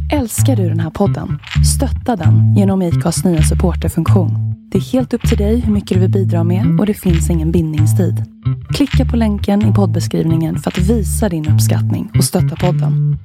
Älskar du den här podden? Stötta den genom IKAs nya supporterfunktion. Det är helt upp till dig hur mycket du vill bidra med och det finns ingen bindningstid. Klicka på länken i poddbeskrivningen för att visa din uppskattning och stötta podden.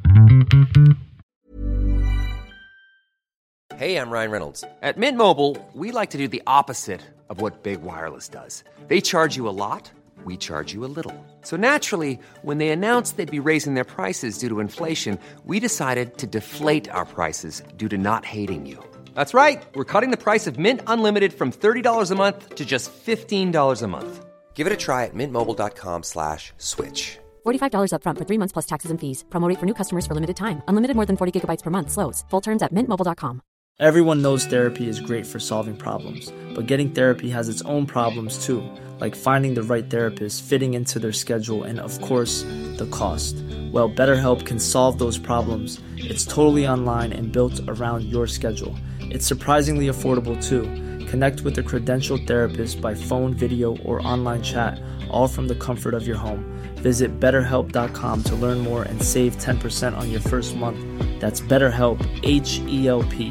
Hey, I'm Ryan Reynolds. At Mint Mobile, we like to do the opposite of what Big Wireless does. They charge you a lot. We charge you a little. So naturally, when they announced they'd be raising their prices due to inflation, we decided to deflate our prices due to not hating you. That's right. We're cutting the price of Mint Unlimited from $30 a month to just $15 a month. Give it a try at mintmobile.com/switch. $45 up front for 3 months plus taxes and fees. Promo rate for new customers for limited time. Unlimited more than 40 gigabytes per month slows. Full terms at mintmobile.com. Everyone knows therapy is great for solving problems, but getting therapy has its own problems too, like finding the right therapist, fitting into their schedule, and of course, the cost. Well, BetterHelp can solve those problems. It's totally online and built around your schedule. It's surprisingly affordable too. Connect with a credentialed therapist by phone, video, or online chat, all from the comfort of your home. Visit BetterHelp.com to learn more and save 10% on your first month. That's BetterHelp, H-E-L-P.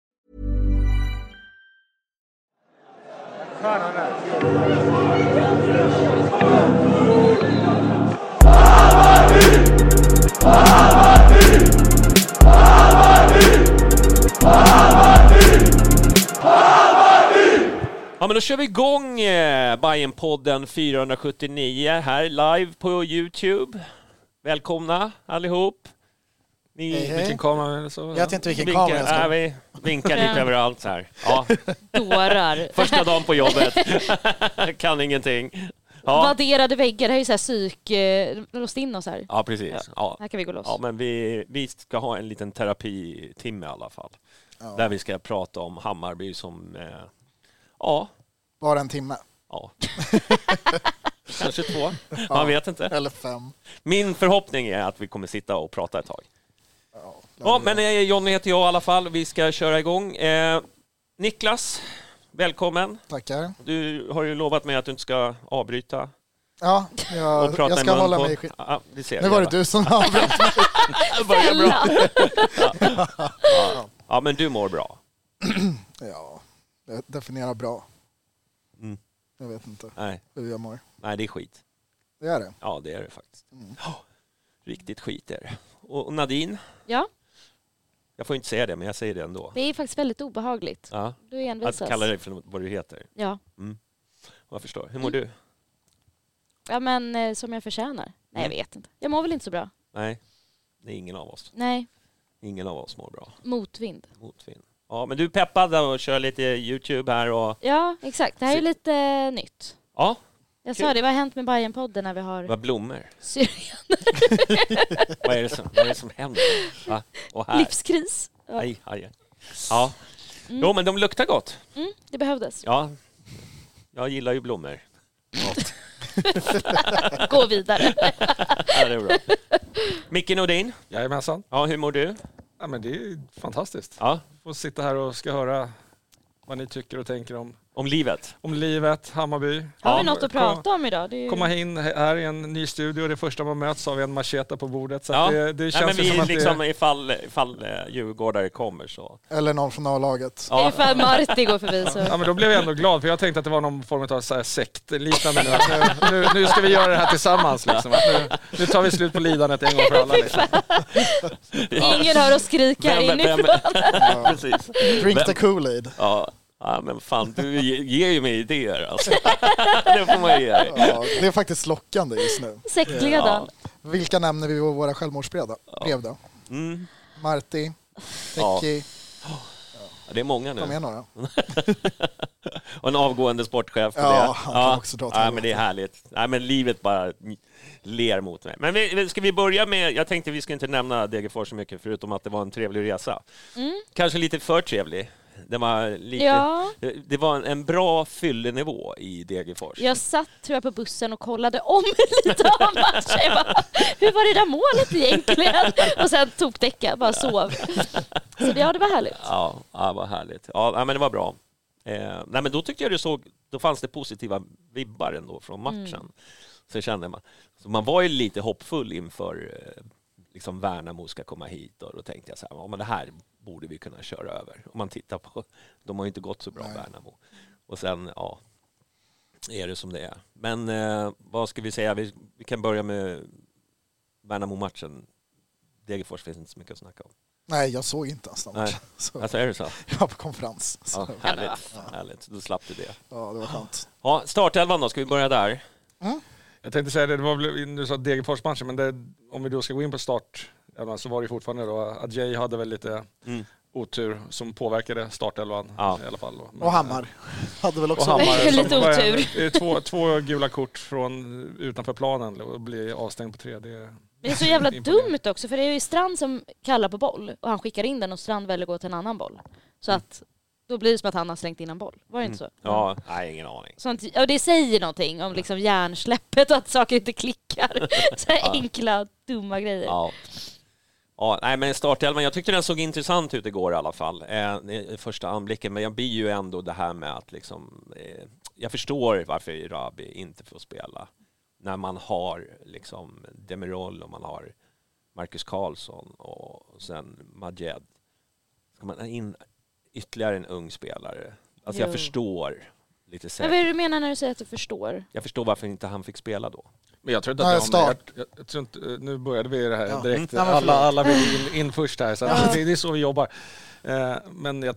Ja, men då kör vi igång Bajenpodden 479 här live på YouTube. Välkomna allihop. Vilken kamera så? Jag vet inte vilken vinkar, kamera jag ska. Vi vinkar lite överallt så här. Ja. Dårar. Första dagen på jobbet. Kan ingenting. Ja. Vadderade väggar, det här är ju så här låst in oss här. Ja, precis. Ja. Här kan vi gå loss. Ja, men vi ska ha en liten terapitimme i alla fall. Ja. Där vi ska prata om Hammarby som... Bara en timme. Ja. Kanske 2. Man vet inte. Eller 5. Min förhoppning är att vi kommer sitta och prata ett tag. Ja, men Johnny heter jag i alla fall. Vi ska köra igång. Niklas, välkommen. Tackar. Du har ju lovat mig att du inte ska avbryta. Ja, jag ska hålla mig i Nu var det du som avbröt mig. Börjar bra. Ja, men du mår bra. Ja, jag definierar bra. Jag vet inte hur jag mår. Nej, det är skit. Det är det? Ja, det är det faktiskt. Riktigt skit är det. Och Nadine? Ja? Jag får inte säga det, men jag säger det ändå. Det är faktiskt väldigt obehagligt. Ja. Du är envisas. Att kalla dig för vad du heter. Ja. Jag förstår. Hur mår du? Ja, men som jag förtjänar. Nej, jag vet inte. Jag mår väl inte så bra. Nej, det är ingen av oss. Nej. Ingen av oss mår bra. Motvind. Ja, men du är peppad och kör lite YouTube här och... Ja, exakt. Det här är lite nytt. Ja. Jag sa det, vad har hänt med Bajenpodden när vi har... Vad blommor? Syrianer. Vad är det som händer? Ja. Och här. Livskris. Ja. Aj. Ja. Jo, men de luktar gott. Det behövdes. Ja. Jag gillar ju blommor. Gå vidare. Ja, det är bra. Micke Nordin. Jajamensan. Ja, hur mår du? Ja, men det är fantastiskt. Ja. Får sitta här och ska höra vad ni tycker och tänker om livet. Om livet, Hammarby. Har vi något att prata om idag? Det är ju... Komma in här i en ny studio. Det första man möts av en macheta på bordet. Så det känns. Nej, men vi som att liksom ifall Djurgårdare kommer så. Eller någon från A-laget. Ja. Ifall Marti går förbi så. Ja, men då blev jag ändå glad för jag tänkte att det var någon form av så här sektliknande nu ska vi göra det här tillsammans liksom. Nu tar vi slut på lidandet en gång för alla liksom. Ingen hör oss skrika inifrån. Precis. Drink the Kool-Aid. Ja, men fan, du ger ju mig idéer alltså. Det får man ge dig. Ja, det är faktiskt lockande just nu. Sektledan. Vilka nämner vi våra självmordsbrev då? Marti, Teki. Ja, det är många nu. Kom igen några. Och en avgående sportchef. Han också dra till men det är härligt. Nej, men livet bara ler mot mig. Men ska vi börja med, jag tänkte vi ska inte nämna Degerfors så mycket förutom att det var en trevlig resa. Kanske lite för trevlig. Det var en bra fyllenivå i Degerfors. Jag satt tror jag på bussen och kollade om lite av matchen. Hur var det där målet egentligen? Och sen tog däcka, bara sov. Så det var härligt. Ja, vad härligt. Ja, men det var bra. Nej, men då tyckte jag då fanns det positiva vibbar ändå från matchen. Så kände man. Så man var ju lite hoppfull inför liksom Värnamo ska komma hit, och då tänkte jag så här, men det här borde vi kunna köra över. Om man tittar på, de har ju inte gått så bra, Värnamo. Och sen, är det som det är. Men vad ska vi säga? Vi kan börja med Värnamo-matchen. Degerfors finns inte så mycket att snacka om. Nej, jag såg inte ens den matchen. Alltså är det så? Jag var på konferens. Ja, härligt. Då slapp du det. Ja, det var skönt. Ja, startelvan då, ska vi börja där? Jag tänkte säga det var väl, du sa Degerfors-matchen, men om vi då ska gå in på start, så var det fortfarande då Adjei hade väl lite otur som påverkade startelvan i alla fall. Men, och Hammar hade väl också lite otur. Två gula kort från utanför planen och bli avstängd på 3. Det är så jävla dumt också, för det är ju Strand som kallar på boll och han skickar in den och Strand väljer att gå till en annan boll. Så att då blir det som att han har slängt in en boll. Var det inte så? Ja, nej, ingen aning. Sånt, och det säger någonting om liksom hjärnsläppet och att saker inte klickar. Så här enkla, dumma grejer. Ja, nej, men startelvan, jag tyckte den såg intressant ut igår i alla fall. Första anblicken, men jag blir ju ändå det här med att liksom, jag förstår varför Erabi inte får spela. När man har liksom Demirol och man har Marcus Karlsson och sen Majed. Ska man in ytterligare en ung spelare? Alltså jag förstår lite säkert. Vad är det du menar när du säger att du förstår? Jag förstår varför inte han fick spela då. Men jag tror inte att jag tror inte, nu började vi det här direkt. Alla vill in först här, så det är så vi jobbar. Men jag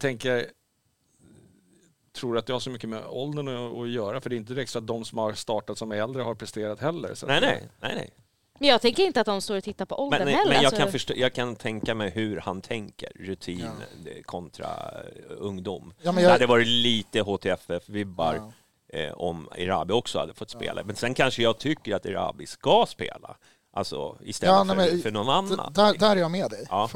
tror att det har så mycket med åldern att göra, för det är inte direkt så att de som har startat som äldre har presterat heller. Så Nej. Men jag tänker inte att de står och tittar på åldern heller. Men jag kan tänka mig hur han tänker. Rutin kontra ungdom. Ja, det hade varit lite HTFF-vibbar om Erabi också hade fått spela. Men sen kanske jag tycker att Erabi ska spela. Alltså istället för någon annan. Där är jag med dig. Ja.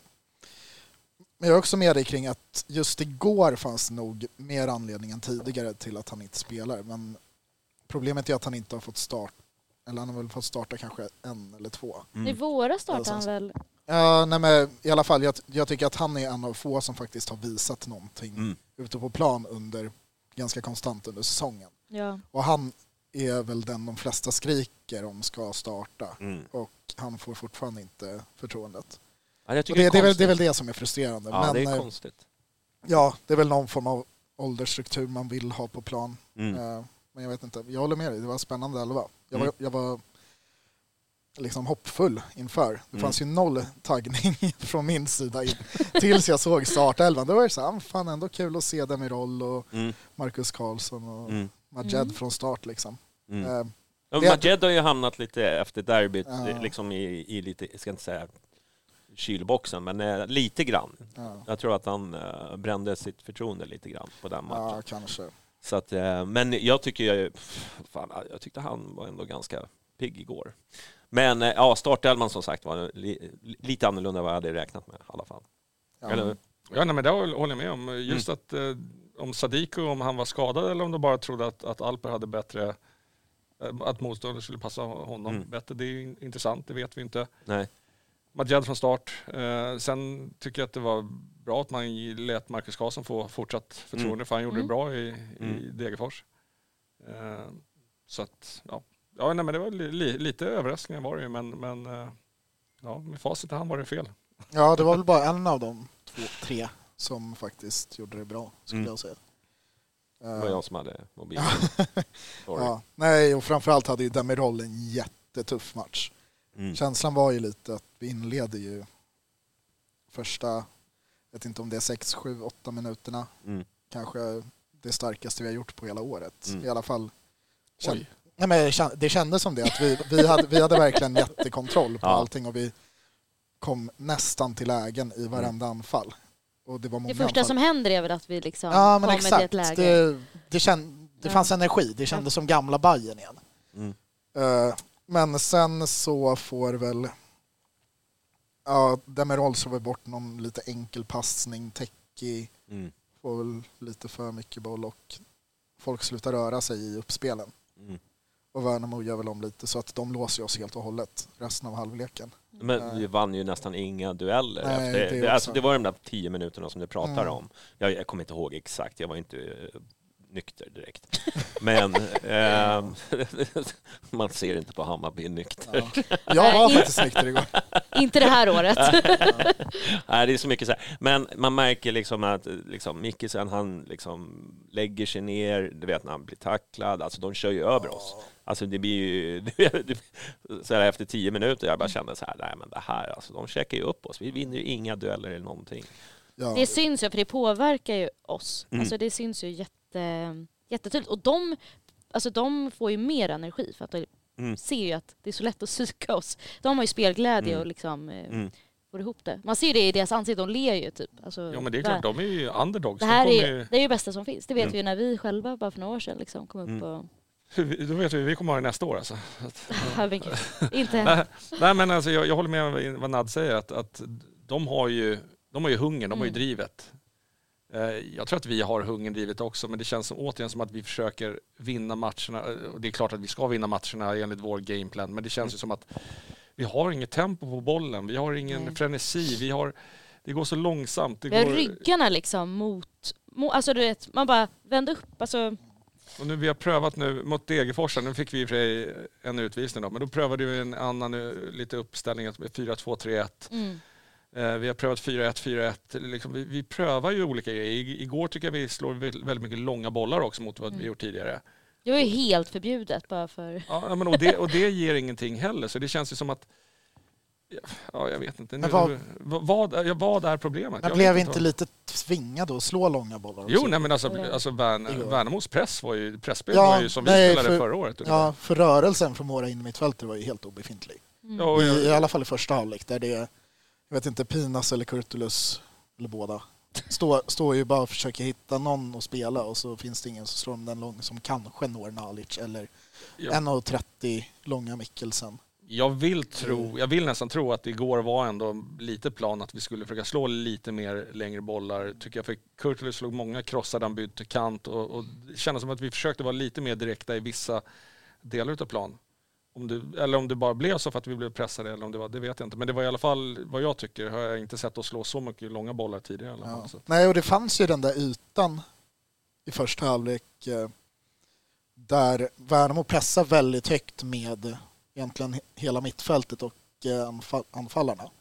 Men jag är också med dig kring att just igår fanns nog mer anledning än tidigare till att han inte spelar. Men problemet är att han inte har fått start. Eller han har väl fått starta kanske 1 eller 2. I våra startar han väl? Nej, men i alla fall, jag tycker att han är en av få som faktiskt har visat någonting ute på plan ganska konstant under säsongen. Ja. Och han är väl de flesta skriker om ska starta. Och han får fortfarande inte förtroendet. Ja, jag det är väl det som är frustrerande. Ja, men, det är konstigt. Ja, det är väl någon form av åldersstruktur man vill ha på plan. Men jag vet inte, jag håller med dig, det var spännande 11. Jag var liksom hoppfull inför. Det fanns ju 0 taggning från min sida tills jag såg startelvan. Då var det så här, fan ändå kul att se Demirol och Marcus Karlsson och Majed från start liksom. Majed har ju hamnat lite efter derbyt liksom i lite, jag ska inte säga kylboxen, men lite grann. Jag tror att han brände sitt förtroende lite grann på den matchen. Ja, kanske. Så att, men jag tyckte han var ändå ganska pigg igår. Men startelvan som sagt var lite annorlunda än vad jag hade räknat med i alla fall. Eller? Men det håller jag med om. Just att om Sadiko, om han var skadad eller om de bara trodde att Alper hade bättre, att motståndare skulle passa honom bättre. Det är intressant, det vet vi inte. Nej. Majed från start. Sen tycker jag att det var bra att man lät Marcus Karlsson få fortsatt förtroende, för han gjorde det bra i Degerfors. Så att, men det var lite överraskningar var det ju, men med facit han var det fel. Ja, det var väl bara en av de 2-3 som faktiskt gjorde det bra, skulle jag säga. Det var jag som hade mobilen. Nej, och framförallt hade ju Demirol en jättetuff match. Känslan var ju lite att vi inledde ju första, vet inte om det är 6, 7, 8 minuterna. Kanske det starkaste vi har gjort på hela året. I alla fall. Det kändes som det, att vi hade verkligen jättekontroll på allting och vi kom nästan till lägen i varenda anfall. Och det var många första anfall som händer är väl att vi liksom kommer till ett läge. Det fanns energi, det kändes som gamla Bayern igen. Men sen så får väl Demirol så var bort någon lite enkel passning, Tecki får väl lite för mycket boll och folk slutar röra sig i uppspelen. Och Värnamo gör väl om lite så att de låser oss helt och hållet resten av halvleken. Men vi vann ju nästan inga dueller. Nej, det var de där 10 minuterna som du pratar om. Jag kommer inte ihåg exakt, jag var inte nykter direkt. Men man ser inte på Hammarby nykter. Ja. Jag var faktiskt nykter igår. Inte det här året. Nej, det är så mycket så här. Men man märker liksom att liksom, Mikkelsen, han liksom lägger sig ner, du vet när han blir tacklad. Alltså de kör ju över oss. Alltså det blir ju så här, efter 10 minuter jag bara kände så här, nej men det här, alltså de checkar ju upp oss. Vi vinner ju inga dueller eller någonting. Ja. Det syns ju, för det påverkar ju oss. Alltså det syns ju jättetydligt. Och de får ju mer energi för att de ser ju att det är så lätt att psyka oss. De har ju spelglädje och liksom får ihop det. Man ser ju det i deras ansikte, de ler ju typ. Alltså, ja men det är klart, de är ju underdogs. Det här är ju det bästa som finns. Det vet vi ju när vi själva bara för några år sedan liksom kom upp och... Då vet vi kommer ha det nästa år alltså. Inte. Nej men alltså jag håller med vad Nad säger att de har ju hungern, de har ju drivet. Jag tror att vi har hungern drivet också, men det känns återigen som att vi försöker vinna matcherna. Och det är klart att vi ska vinna matcherna enligt vår gameplan, men det känns ju som att vi har inget tempo på bollen, vi har ingen frenesi, det går så långsamt. Vi har ryggarna liksom mot alltså du vet, man bara vänder upp, alltså. Och nu vi har prövat nu mot Degerfors, nu fick vi i och för sig en utvisning då, men då prövade vi en annan lite uppställning, 4-2-3-1. Vi har prövat 4-1-4-1. Liksom, vi prövar ju olika grejer. Igår tycker jag vi slår väldigt mycket långa bollar också mot vad vi gjort tidigare. Det var ju helt förbjudet bara för... Ja, men och det ger ingenting heller. Så det känns ju som att... Ja, jag vet inte. Vad är problemet? Men blev vi inte lite tvingade att slå långa bollar? Jo, nej, men alltså Värnamos pressspel var ju som vi spelade förra året. Ja, för rörelsen från våra innermittfältare var ju helt obefintlig. I alla fall i första halvlek där det, jag vet inte, Pinas eller Kurtulus eller båda står ju bara och försöker hitta någon att spela, och så finns det ingen som slår den lång som kanske når Nalic eller 1,30 långa Mikkelsen. Jag vill nästan tro att igår var ändå lite plan att vi skulle försöka slå lite mer längre bollar, tycker jag, för Kurtulus slog många krossade, han bytte kant och det kändes som att vi försökte vara lite mer direkta i vissa delar av plan. Om det bara blev så för att vi blev pressade eller om det var, det vet jag inte. Men det var i alla fall vad jag tycker, har jag inte sett oss slå så mycket långa bollar tidigare. I alla fall, så. Nej, och det fanns ju den där ytan i första halvlek där Värnamo pressar väldigt högt med egentligen hela mittfältet och anfallarna.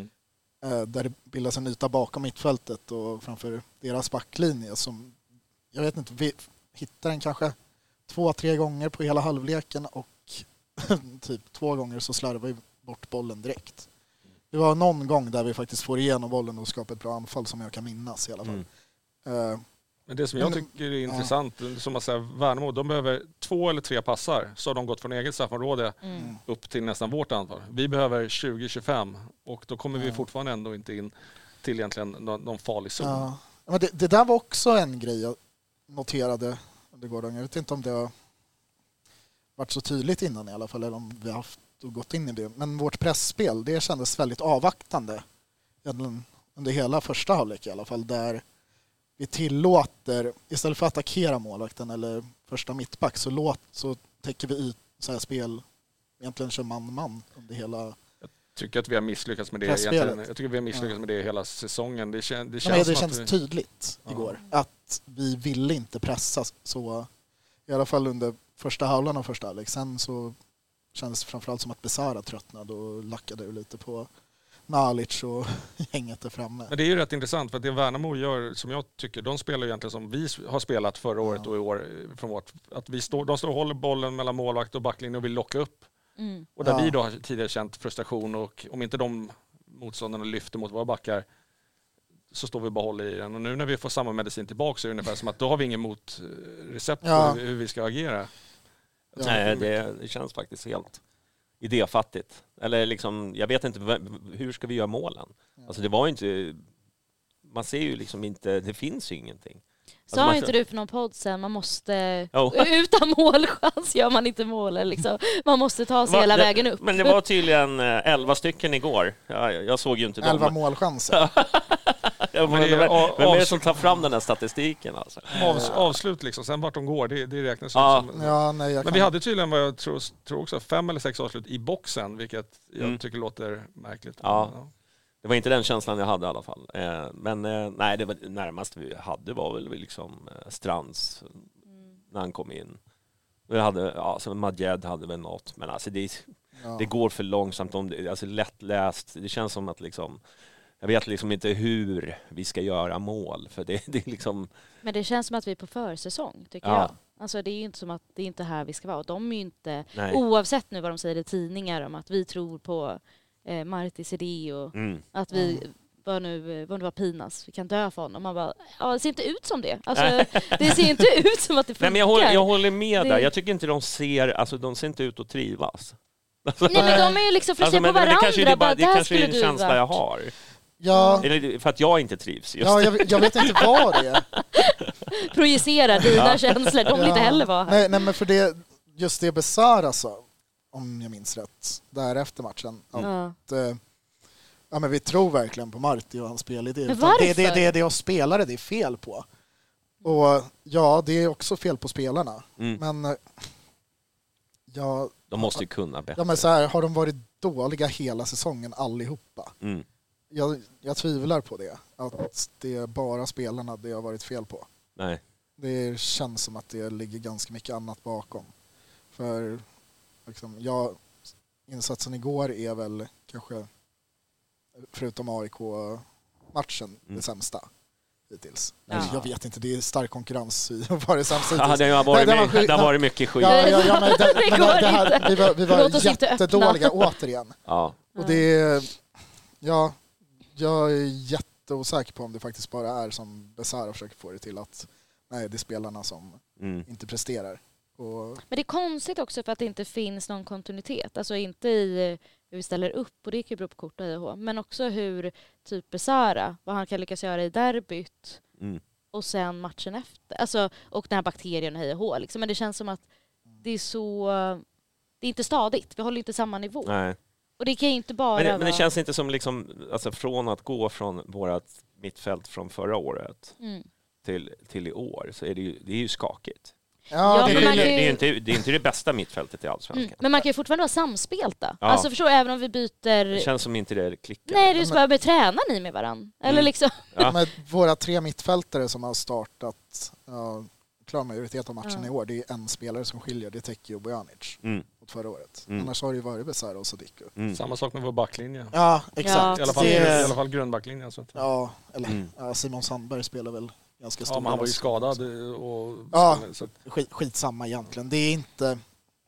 Där det bildas en yta bakom mittfältet och framför deras backlinje som, jag vet inte, vi hittar den kanske 2-3 gånger på hela halvleken och typ 2 gånger så slarvar vi bort bollen direkt. Det var någon gång där vi faktiskt får igenom bollen och skapar ett bra anfall som jag kan minnas i alla fall. Men det som jag tycker är intressant, som att säga, Värnamo, de behöver 2 eller 3 passar, så har de gått från eget straffområde upp till nästan vårt antal. Vi behöver 20-25 och då kommer vi fortfarande ändå inte in till egentligen någon farlig zon. Ja. Men det där var också en grej jag noterade under gårdagen. Jag vet inte om det har varit så tydligt innan i alla fall, eller om vi har haft och gått in i det. Men vårt pressspel, det kändes väldigt avvaktande under hela första halvlek i alla fall, där vi tillåter, istället för att attackera målvakten eller första mittback, så täcker vi ut så här spel, egentligen kör man under hela. Jag tycker att vi har misslyckats med det egentligen. Jag tycker vi har misslyckats med det hela säsongen. Det känns tydligt igår att vi ville inte pressa så, i alla fall under första halvan och första halvlek. Sen så kändes det framförallt som att Besara tröttnade och lackade lite på Nalic och hänget där framme. Men det är ju rätt intressant, för att det Värnamo gör, som jag tycker, de spelar egentligen som vi har spelat förra året och i år från vårt, att de står och håller bollen mellan målvakt och backlinje och vill locka upp. Och där vi då har tidigare känt frustration, och om inte de motståndarna lyfter mot våra backar så står vi bara och håller i den. Och nu när vi får samma medicin tillbaka så är det ungefär som att då har vi ingen motrecept på hur vi ska agera. Nej, det känns faktiskt helt idéfattigt. Eller liksom, jag vet inte, hur ska vi göra målen? Alltså det var inte, man ser ju liksom inte, det finns ju ingenting. Sa alltså inte du för någon podd sen, man måste utan målchans gör man inte mål liksom. Man måste ta sig hela vägen upp. Men det var tydligen 11 stycken igår. Jag såg ju inte 11 målchanser. Vem är det som tar fram den här statistiken alltså? Avslut liksom, sen vart de går, det räknas som. Men vi hade tydligen, vad jag tror också, 5 eller 6 avslut i boxen, vilket jag tycker låter märkligt. Ja. Det var inte den känslan jag hade i alla fall. Men nej, det var närmast vi hade var väl liksom Strands när han kom in. Vi hade, alltså Madjed hade väl något, men alltså det går för långsamt. Alltså lättläst. Det känns som att liksom, jag vet liksom inte hur vi ska göra mål. För det är liksom... Men det känns som att vi är på försäsong, tycker jag. Alltså det är ju inte som att det är inte här vi ska vara. De är ju inte, oavsett nu vad de säger i tidningar om att vi tror på Martis idé och att vi... vad nu var Pinas, vi kan dö för honom. Man bara, det ser inte ut som det. Alltså, det ser inte ut som att det funkar. Nej, men jag håller med där. Jag tycker inte de ser inte ut att trivas. Nej, men de är ju liksom för att se på varandra. Det kanske är en känsla jag har. Ja. Eller för att jag inte trivs. Just. Ja, jag vet inte vad det är. Projicera dina känslor. De vill inte heller vara här. Nej, men för det, just det Besara sa, om jag minns rätt, där efter matchen. Att, men vi tror verkligen på Marti och hans spelidé. Det är det och spelare det är fel på. Och det är också fel på spelarna. Men de måste ju kunna bättre. Ja, men så här, har de varit dåliga hela säsongen allihopa? Jag tvivlar på det. Att det är bara spelarna det har varit fel på. Nej. Det känns som att det ligger ganska mycket annat bakom. För liksom, insatsen igår är väl kanske förutom AIK-matchen det sämsta hittills. Ja. Jag vet inte, det är stark konkurrens i att vara sämst hittills. Ja, det har varit mycket skit. Vi var jättedåliga återigen. Ja. Och det är... Ja, jag är jätteosäker på om det faktiskt bara är som Besara försöker få det till att nej, det är spelarna som inte presterar. Men det är konstigt också för att det inte finns någon kontinuitet. Alltså inte i hur vi ställer upp, och det kan ju bero på kort och IH, men också hur typ Besara, vad han kan lyckas göra i derbyt och sen matchen efter. Alltså, och den här bakterien och IH. Liksom. Men det känns som att det är så... Det är inte stadigt. Vi håller inte samma nivå. Nej. Och det kan ju inte bara men det känns inte som liksom, alltså från att gå från vårt mittfält från förra året till i år så är det är ju skakigt. Ja, det är inte det bästa mittfältet i Allsvenskan. Men man kan ju fortfarande vara samspelta. Ja. Alltså förstår, även om vi byter... Det känns som inte det klickar. Nej, det är just bara, tränar ni med varandra? Eller liksom... Ja. Men våra 3 mittfältare som har startat klar majoritet av matchen i år, det är en spelare som skiljer, det är Teki och Bojanic mot förra året. Annars har det ju varit Besara och Sadiku. Samma sak med vår backlinje. Ja, exakt. I alla fall grundbacklinjen. Så att... Ja, eller Simon Sandberg spelar väl ganska stor. Ja, men han var ju skadad. Skitsamma egentligen. Det är inte...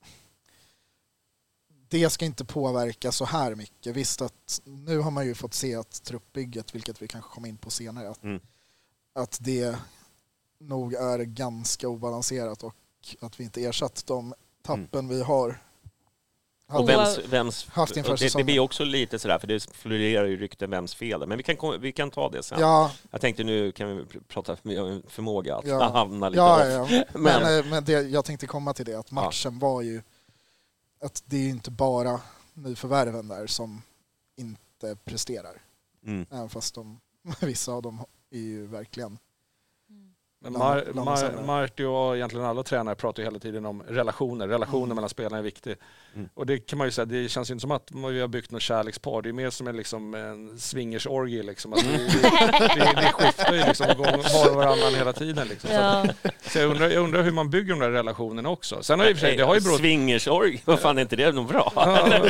Det ska inte påverka så här mycket. Visst att nu har man ju fått se att truppbygget, vilket vi kanske kommer in på senare, att det nog är ganska obalanserat och att vi inte ersatt de tappen vi har och haft inför säsongen. Det blir också lite sådär, för det florerar ju rykten vems fel. Men vi kan ta det sen. Ja. Jag tänkte nu kan vi prata om förmåga att hamna lite off. Ja. Men det, jag tänkte komma till det, att matchen var ju att det är inte bara nyförvärven där som inte presterar. Även fast vissa av dem är ju verkligen... Men Marti och egentligen alla tränare pratar ju hela tiden om relationer mellan spelarna är viktigt. Och det kan man ju säga, det känns ju inte som att vi har byggt något kärlekspar. Det är mer som en swingersorgie liksom. Att det skiftar ju liksom var och varannan hela tiden liksom. Så jag undrar hur man bygger de där relationerna också. Sen har ju det har ju berott... Swingersorgie, vad fan är inte det nog bra?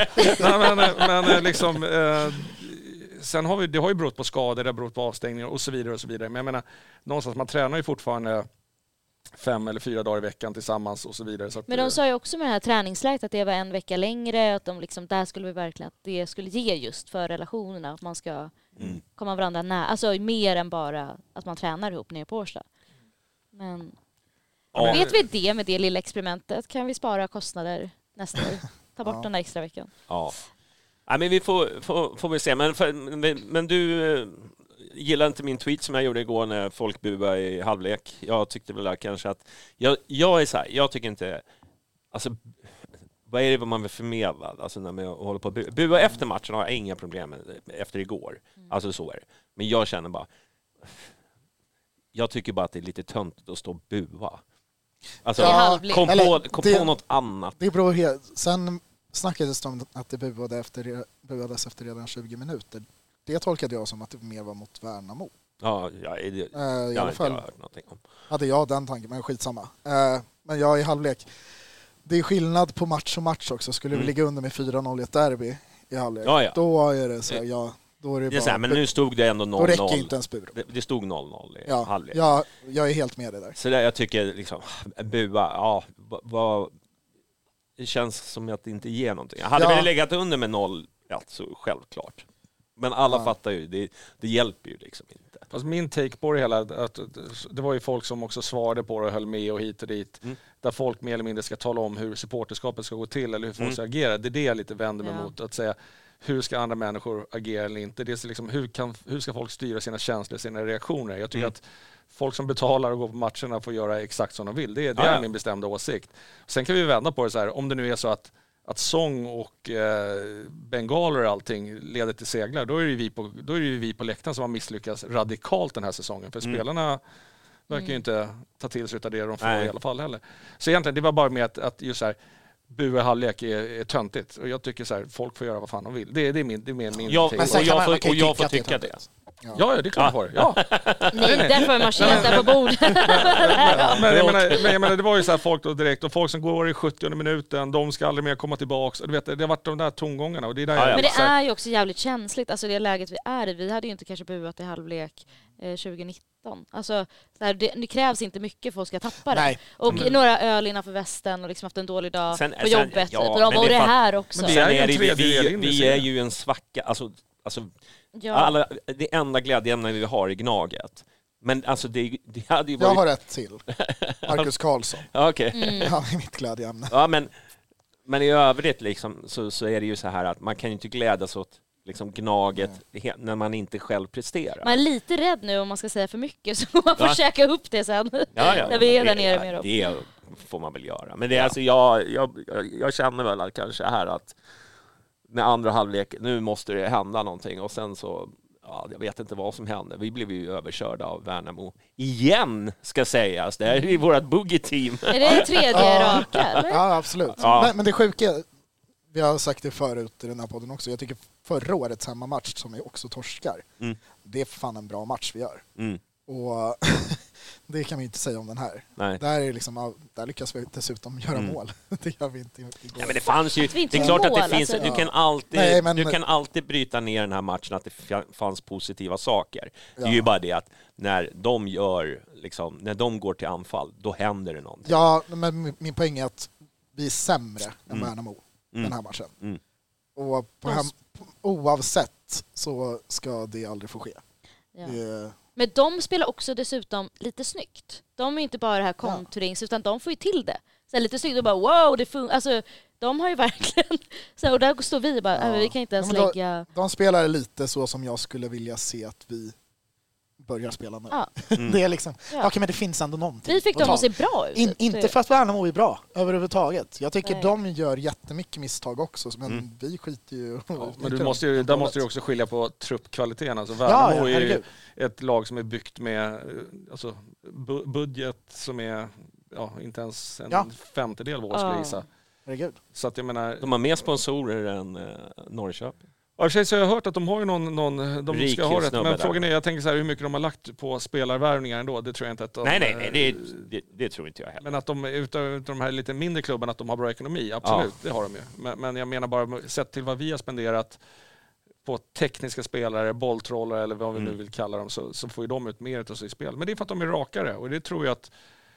men liksom... Sen har det har ju berott på skador, det har berott på avstängningar och så vidare och så vidare. Men jag menar, någonstans man tränar ju fortfarande 5 eller 4 dagar i veckan tillsammans och så vidare. Så att, men de sa ju också med det här träningsläget att det var 1 vecka längre, att de liksom, där skulle vi verkligen, att det skulle ge just för relationerna, att man ska komma varandra nära. Alltså mer än bara att man tränar ihop nere på Årsta. Men vet vi det med det lilla experimentet? Kan vi spara kostnader nästa år? Ta bort den där extra veckan. Ja. Ja, men vi får väl se. Men du gillar inte min tweet som jag gjorde igår när folk buade i halvlek. Jag tyckte väl kanske att... Jag är så här, jag tycker inte... Alltså, vad är det man vill förmedla? Alltså när man håller på att bua efter matchen har jag inga problem efter igår. Alltså så är det. Men jag känner bara... Jag tycker bara att det är lite töntigt att stå och bua. Alltså, kom på något annat. Det beror helt... Sen... snackades om att det buades efter redan 20 minuter. Det tolkade jag som att det mer var mot Värnamo. Ja, I alla fall hört någonting om. hade jag den tanken, men skitsamma. Men jag i halvlek. Det är skillnad på match och match också. Skulle vi ligga under med 4-0 i ett derby i halvlek, då är det så här, då är det bara... Så här, men nu stod det ändå 0-0. Då räcker inte en Bure. Det stod 0-0 i halvlek. Ja, jag är helt med det där. Så där, jag tycker liksom, bua, det känns som att det inte ger någonting. Jag hade väl legat under med 0, så självklart. Men alla fattar ju, det hjälper ju liksom inte. Fast min take på det hela, att det var ju folk som också svarade på det och höll med och hit och dit. Där folk mer eller mindre ska tala om hur supporterskapet ska gå till eller hur folk ska agera. Det är det jag lite vänder mig mot. Att säga, hur ska andra människor agera eller inte? Det är liksom, hur ska folk styra sina känslor, sina reaktioner? Jag tycker att folk som betalar och går på matcherna får göra exakt som de vill. Det är min bestämda åsikt. Sen kan vi vända på det så här, om det nu är så att sång och bengaler och allting leder till seglar, då är det vi på läktaren som har misslyckats radikalt den här säsongen. För spelarna verkar ju inte ta till sig av det de får i alla fall heller. Så egentligen, det var bara med att just så här, bua halvlek är töntigt. Och jag tycker så här, folk får göra vad fan de vill. Det är min jag får tycka det. Ja, det är klart får. Ja. Nej, därför är maskinen där på bordet. men jag menar, det var ju så här folk då direkt, och folk som går i 70:e minuten, de ska aldrig mer komma tillbaka. Du vet, det har varit de där tongångarna. Och det är där men det är ju också jävligt känsligt. Alltså det läget vi är i. Vi hade ju inte kanske buat i halvlek 2019. Alltså, det krävs inte mycket för att ska tappa det. Nej. Och några öl innanför västen och liksom haft en dålig dag på jobbet. Ja, och de var det här också. Men det är vi är ju en svacka. Alltså, det enda glädjeämnet vi har i Gnaget. Men alltså det hade ju varit... Jag har rätt till. Marcus Karlsson. Okej. Han är mitt glädjeämne. Ja, men i övrigt liksom, så är det ju så här att man kan ju inte glädjas åt liksom Gnaget när man inte själv presterar. Man är lite rädd nu om man ska säga för mycket, så man får käka upp det sen. När vi är där nere med dem. Det får man väl göra. Men det är alltså, jag känner väl att kanske här att med andra halvlek, nu måste det hända någonting. Och sen så, jag vet inte vad som hände. Vi blev ju överkörda av Värnamo. Igen, ska sägas. Det här är ju vårt boogie-team. Är det tredje raka, eller? Ja, absolut. Ja. Men det sjuka, vi har sagt det förut i den här podden också. Jag tycker förra årets hemmamatch, som vi också torskar, det är fan en bra match vi gör. Och det kan vi inte säga om den här. Nej. Där lyckas vi dessutom göra mål. Det gör vi inte igår. Ja, men det fanns ju, det är klart att det finns, du kan alltid bryta ner den här matchen att det fanns positiva saker. Det är ju bara det att när de gör liksom, när de går till anfall, då händer det någonting. Ja, men min poäng är att vi är sämre än Värnamo den här matchen. Och oavsett så ska det aldrig få ske. Ja. Men de spelar också dessutom lite snyggt. De är inte bara det här kontrings, utan de får ju till det. Så lite snyggt och bara wow, det alltså de har ju verkligen så, och där står vi bara vi kan inte ens lägga. De spelar lite så som jag skulle vilja se att vi börjar spela nu. Det är liksom okej, men det finns ändå någonting. Vi fick dem att se bra ut. Inte för att Värnamo är bra överhuvudtaget. Jag tycker de gör jättemycket misstag också, men vi skiter ju. Men där måste du också skilja på truppkvaliteten. Alltså Värnamo är ju ett lag som är byggt med alltså budget som är inte ens en femtedel vad skulle jag gissa. Herregud. Så att jag menar, de har mer sponsorer än Norrköping. Ja, så jag har hört att de har ju någon de ska ha rätt. Men frågan är, jag tänker så här, hur mycket de har lagt på spelarvärvningar ändå, det tror jag inte att de... Nej, det tror inte jag heller. Men att de, utav de här lite mindre klubbarna, att de har bra ekonomi, absolut, det har de ju. Men jag menar bara, sett till vad vi har spenderat på tekniska spelare, bolltrollare eller vad vi nu vill kalla dem, så får ju de ut mer av sig i spel. Men det är för att de är rakare, och det tror jag att...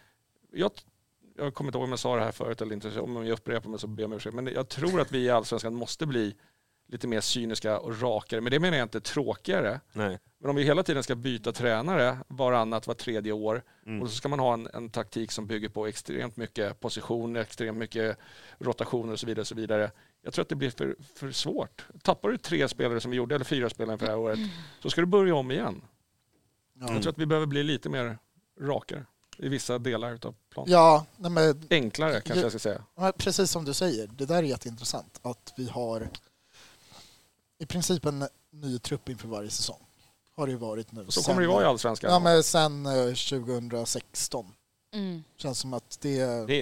Jag kommer inte ihåg om jag sa det här förut eller inte, om jag upprepar mig så ber jag om ursäkt. Men jag tror att vi i Allsvenskan måste bli lite mer cyniska och rakare. Men det menar jag inte tråkigare. Nej. Men om vi hela tiden ska byta tränare var tredje år och så ska man ha en taktik som bygger på extremt mycket positioner, extremt mycket rotationer och så vidare. Och så vidare. Jag tror att det blir för svårt. Tappar du 3 spelare som vi gjorde, eller 4 spelare för det här året, så ska du börja om igen. Jag tror att vi behöver bli lite mer rakare i vissa delar av planen. Ja, men enklare kanske jag ska säga. Precis som du säger, det där är jätteintressant att vi har i princip en ny trupp inför varje säsong. Har det ju varit nu. Så kommer det vara i Allsvenskan. Ja, men sen 2016. Känns som att det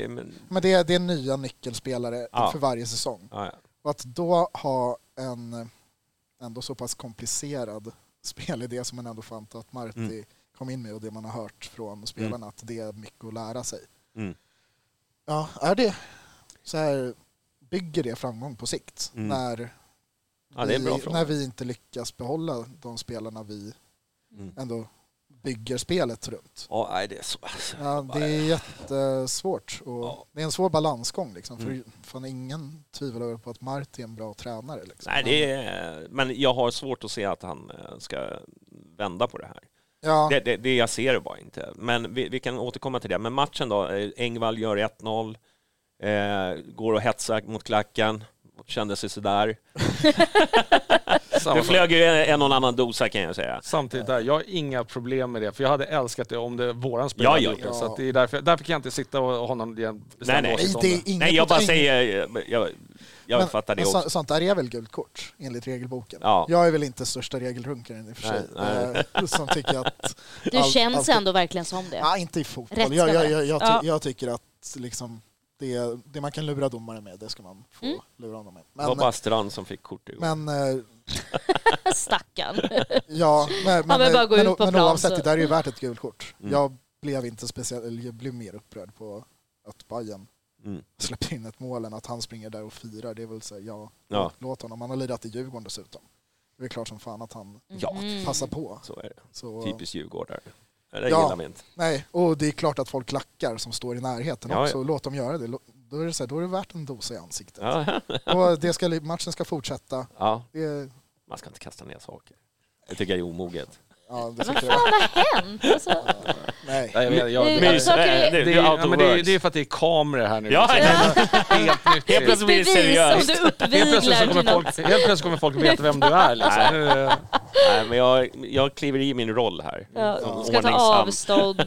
är nya nyckelspelare för varje säsong. Och att då ha en ändå så pass komplicerad spelidé som man ändå fann att Marti kom in med, och det man har hört från spelarna, att det är mycket att lära sig. Ja, är det så här, bygger det framgång på sikt när det är en bra fråga. När vi inte lyckas behålla de spelarna vi ändå bygger spelet runt. Ja, nej, det är så. Ja, det är jättesvårt och det är en svår balansgång liksom, för fan ingen tvivlar på att Marti är en bra tränare liksom. Nej, men jag har svårt att se att han ska vända på det här. Ja. Det jag ser det bara inte. Men vi kan återkomma till det. Men matchen då, Engvall gör 1-0. Går och hetsar mot klacken. Kände sig sådär. Det flög ju en och annan dosa, kan jag säga. Samtidigt där, jag har inga problem med det. För jag hade älskat det om det våran spelare gjort det. Så att det är därför kan jag inte sitta och ha någon bestämd åsikt om det. Nej, jag bara säger... Jag fattar det också. Sånt där är väl gult kort enligt regelboken. Ja. Jag är väl inte största regelrunkaren i och för sig. Nej. Som tycker att... Du känns ändå verkligen som det. Ja, inte i fotboll. Jag tycker att liksom... Det man kan lura domare med, det ska man få lura honom med. Men, det var bara Strand som fick kort igår. Men... Stackarn. Ja, men oavsett, det där är ju värt ett gult kort. Jag blev inte jag blev mer upprörd på att Bayern släpper in ett mål än att han springer där och firar. Det är väl så låt honom. Han har lirat i Djurgården dessutom. Det är klart som fan att han passar på. Så är det. Så... Typiskt Djurgårdare. Det gillar vi inte. Nej, och det är klart att folk lackar som står i närheten också. Låt dem göra det. Då är det värt en dosa i ansiktet. Och matchen ska fortsätta. Ja. Man ska inte kasta ner saker. Det tycker jag är omoget. Ja, vad fan har hänt? Alltså... Nej. Det är för att det är kameror här nu. Helt nytt. Helt plötsligt blir det seriöst. Helt plötsligt kommer folk veta vem du är. Liksom. Nej, men jag kliver i min roll här. Ja, ska ta avstånd.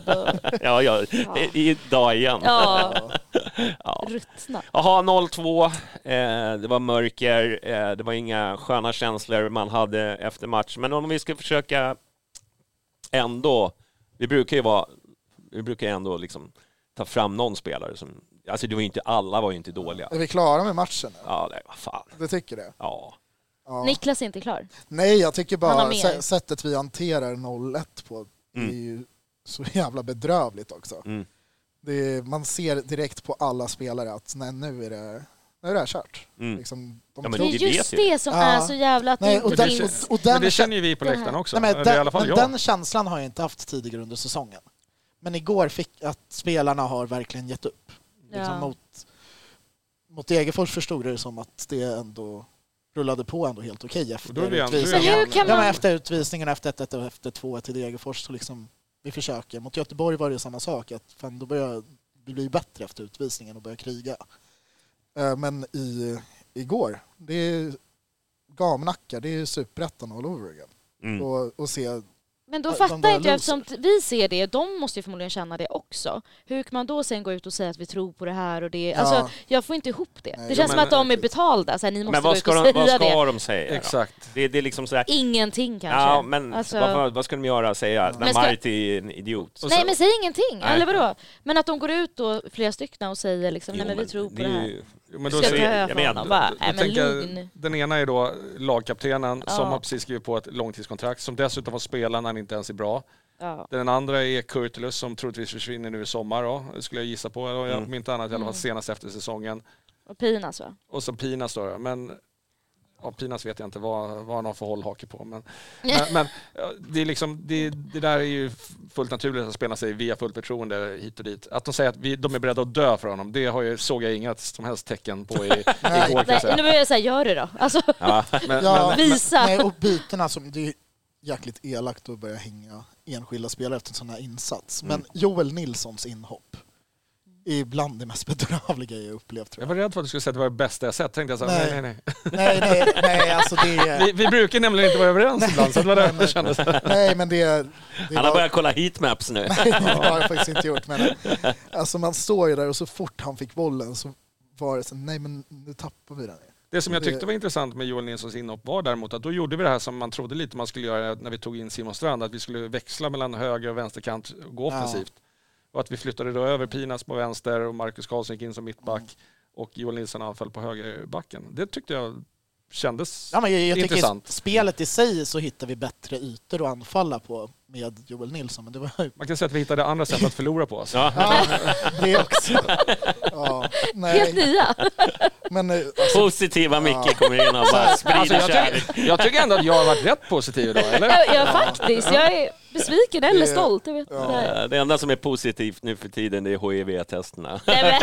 Idag igen. Ruttna. Jaha, 0-2. Det var mörker. Det var inga sköna känslor man hade efter match. Men om vi ska försöka ändå, vi brukar ju ändå liksom ta fram någon spelare som, alltså alla var ju inte dåliga. Är vi klara med matchen? Ja, vad fan. Du tycker det? Ja. Niklas är inte klar. Nej, jag tycker bara sättet vi hanterar 0-1 på är ju så jävla bedrövligt också. Man ser direkt på alla spelare att nu är det kört. Liksom, det är just det som är så jävla... Men det känner ju vi på läktaren också. Den känslan har jag inte haft tidigare under säsongen. Men igår fick att spelarna har verkligen gett upp. Liksom mot Degerfors förstod det som att det ändå rullade på ändå helt okej efter utvisningen. Efter utvisningen, efter 1-1 och efter 2-1 till Degerfors, så liksom vi försöker. Mot Göteborg var det samma sak, att fan, då börjar vi bli bättre efter utvisningen och börja kriga. Men igår, det är gamnackar, det är superettan all over again. Och se... Men då fattar inte jag, eftersom vi ser det, de måste ju förmodligen känna det också. Hur kan man då sen gå ut och säga att vi tror på det här och det? Alltså, jag får inte ihop det. Det känns som att de är betalda, så här, ni måste gå ut och säga det. Men vad ska de säga? Exakt. Det är liksom så här... Ingenting kanske. Ja, men vad ska de göra? Säga när Marti är en idiot? Nej, men säg ingenting. Nej. Eller vadå? Men att de går ut och flera stycken och säger liksom, nej men vi tror på det här. Men då den ena är då lagkaptenen som har precis skrivit på ett långtidskontrakt, som dessutom har spelat när han inte ens är bra. Den andra är Kurtulus som troligtvis försvinner nu i sommar då, skulle jag gissa på, om inte annat i alla fall senast efter säsongen. Och Pinas, va? Och så Pinas då, men Pinas vet jag inte vad han har för hållhake på, men det är liksom det där är ju fullt naturligt att spelarna säger via fullt förtroende hit och dit. Att de säger att de är beredda att dö för honom, det såg jag inget som helst tecken på igår. Nu vill jag säga, gör det då. Alltså, visa. Nej, och bytena, det är jäkligt elakt att börja hänga enskilda spelare efter en sån här insats. Men Joel Nilssons inhopp är bland det mest bedrövliga jag upplevt, tror jag. Jag var rädd för att du skulle säga att det var det bästa jag sett. Tänkte jag så här, nej, alltså det... vi brukar nämligen inte vara överens ibland, så det var det kändes. Nej, men han har börjat kolla heatmaps nu. Nej, det har jag faktiskt inte gjort. Men alltså man står ju där och så fort han fick bollen så var det så, nej men nu tappar vi den. Det som jag tyckte var intressant med Joel Nilssons inhopp var däremot att då gjorde vi det här som man trodde lite man skulle göra när vi tog in Simon Strand, att vi skulle växla mellan höger och vänsterkant och gå offensivt. Och att vi flyttade då över Pinas på vänster och Marcus Karlsson gick in som mittback och Joel Nilsson anföll på högerbacken. Det tyckte jag kändes jag intressant. Spelet i sig så hittar vi bättre ytor att anfalla på med Joel Nilsson. Men det var... Man kan säga att vi hittade andra sätt att förlora på oss. Ja, det också. Ja, nej. Helt nya. Men, Positiva Micke kommer in och bara sprider kärlek. Jag tycker ändå att jag har varit rätt positiv idag, eller? Ja, faktiskt. Jag är besviken eller stolt. Jag vet inte. Det enda som är positivt nu för tiden, det är HIV-testerna.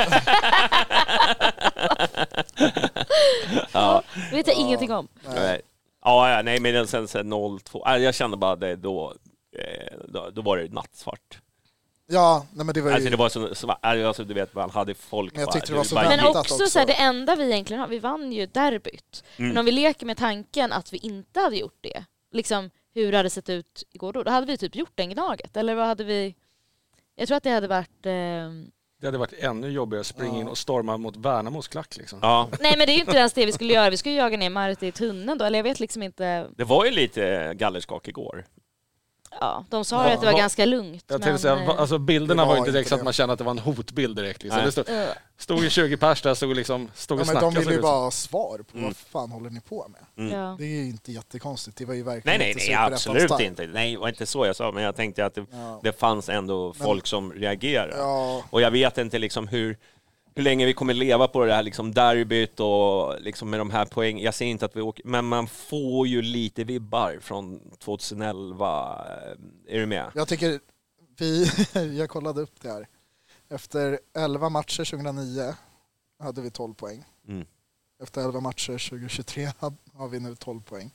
Ja. Det vet jag ingenting om. Nej. Ja, nej, men sen 0-2. Jag kände bara det då var det nattsvart. Ja, nej, men det var ju... Alltså det var så alltså, du vet, man hade folk men jag tyckte bara, det var så bara Men väntat också så här, det enda vi egentligen har, vi vann ju derbyt. Men om vi leker med tanken att vi inte hade gjort det, liksom hur det hade sett ut igår då hade vi typ gjort den Gnaget. Eller vad hade vi... Jag tror att det hade varit... Det hade varit ännu jobbigare att springa in och storma mot Värnamos klack liksom. Ja. Nej, men det är ju inte ens det vi skulle göra. Vi skulle jaga ner Marti i tunneln då. Eller jag vet liksom inte... Det var ju lite gallerskak igår. Ja, de sa ju att det var ganska lugnt. Jag tänkte säga, alltså bilderna var inte direkt så att det. man kände att det var en hotbild direkt. Liksom. Det stod ju 20 pers där, stod och men snackade. de ville ju bara ha svar på vad fan håller ni på med. Ja. Det är ju inte jättekonstigt. Det var ju verkligen Nej, absolut inte. Nej, det var inte så jag sa, men jag tänkte att det fanns ändå folk som reagerade. Ja. Och jag vet inte liksom hur länge vi kommer leva på det här liksom derbyt och liksom med de här poängen. Jag säger inte att vi åker, men man får ju lite vibbar från 2011. Är du med? Jag tycker jag kollade upp det här. Efter 11 matcher 2009 hade vi 12 poäng. Efter 11 matcher 2023 har vi nu 12 poäng.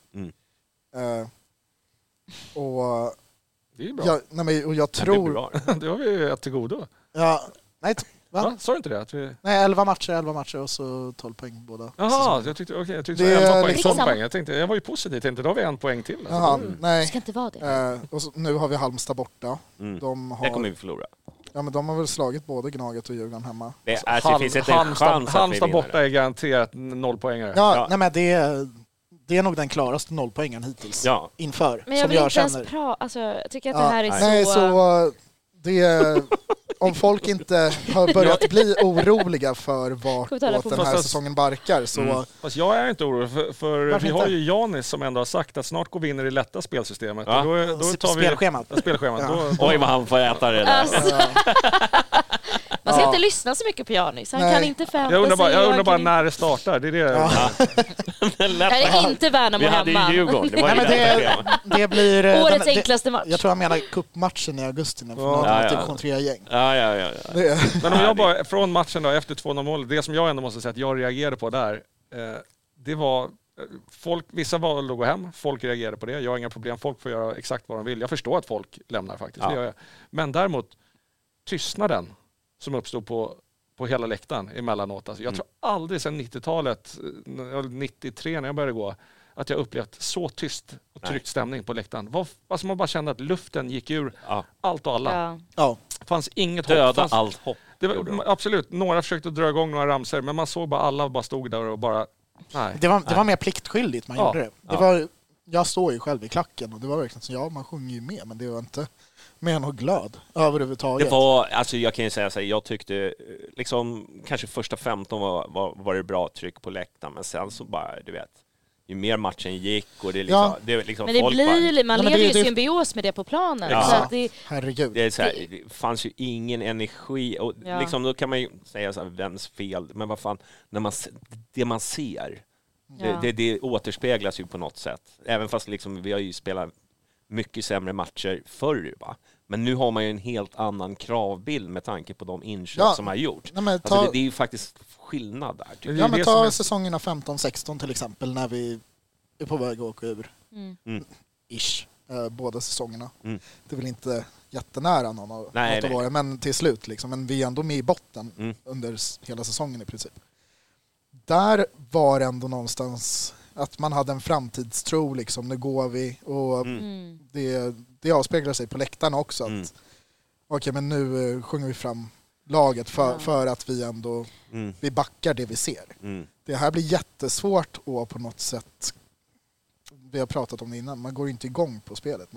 Och det är bra. och jag tror... Det har vi ett till godo. Ja, nej, va? Sa du inte det? Att vi... Nej, 11 matcher och så 12 poäng båda. Jaha, jag tyckte det 11 poäng, liksom... poäng. Jag var ju positiv, tänkte då har vi en poäng till. Alltså. Jaha, nej. Det ska inte vara det. Och så, nu har vi Halmstad borta. Det kommer vi förlora. Ja, men de har väl slagit både Gnaget och Djurgården hemma. Det finns inte en chans att Halmstad borta är garanterat 0-poängare. Ja, nej, men det är nog den klaraste 0-poängen hittills inför. Men jag vill inte ens alltså, jag tycker att det här är nej, så det om folk inte har börjat bli oroliga för vart den här säsongen barkar så... Fast jag är inte orolig för vi har ju Janis som ändå har sagt att snart går vi in i det lätta spelsystemet. Ja. Och då tar vi spelschemat. Ja. Oj, vad han får äta det där. Alltså. Man ska inte lyssna så mycket på Janis. Han kan inte fantasy. Jag undrar bara när det startar. Det är det. Är det inte Värnamo hemma? Vi hade ju Djurgården. Det blir årets enklaste match. Jag tror jag menar cupmatchen i augusti när för 3 gäng. Ja. Men om jag bara från matchen då efter 2-0 mål, det som jag ändå måste säga att jag reagerade på där, det var vissa valde att gå hem, folk reagerade på det. Jag har inga problem, folk får göra exakt vad de vill. Jag förstår att folk lämnar faktiskt. Det gör jag. Men däremot tystnaden som uppstod på hela läktaren emellanåt. Alltså, jag tror aldrig sedan 90-talet, 93 när jag började gå, att jag upplevt så tyst och tryckt stämning på läktaren. Alltså man bara kände att luften gick ur allt och alla. Ja. Det fanns inget hopp. Allt hopp. Det var, absolut, några försökte dra igång några ramser, men man såg bara alla bara stod där och bara... Nej. Det var mer pliktskyldigt man gjorde det. Jag står ju själv i klacken och det var verkligen så, man sjunger ju med, men det var inte mer något glad överhuvudtaget. Det var, alltså jag kan ju säga så här, jag tyckte liksom kanske första 15 var det bra tryck på läktaren, men sen så bara, du vet, ju mer matchen gick och det liksom, det liksom men det folk blir, man lever ju det, symbios med det på planen. Ja. Så att det, herregud. Det är så här, det fanns ju ingen energi och liksom, då kan man ju säga så här, vems fel, men vad fan, när det man ser, det återspeglas ju på något sätt. Även fast liksom, vi har ju spelat mycket sämre matcher förr, va? Men nu har man ju en helt annan kravbild med tanke på de inköp som har gjort. Alltså det är ju faktiskt skillnad där. Ja, men ta säsongerna 15-16 till exempel, när vi är på väg att åka ur. Ish. Båda säsongerna. Det är väl inte jättenära någon av åren, men till slut liksom. Men vi är ändå med i botten under hela säsongen i princip. Där var ändå någonstans att man hade en framtidstro liksom, nu går vi, och det avspeglar sig på läktarna också att okej, men nu sjunger vi fram laget för att vi ändå vi backar det vi ser. Det här blir jättesvårt och på något sätt, vi har pratat om det innan, man går inte igång på spelet.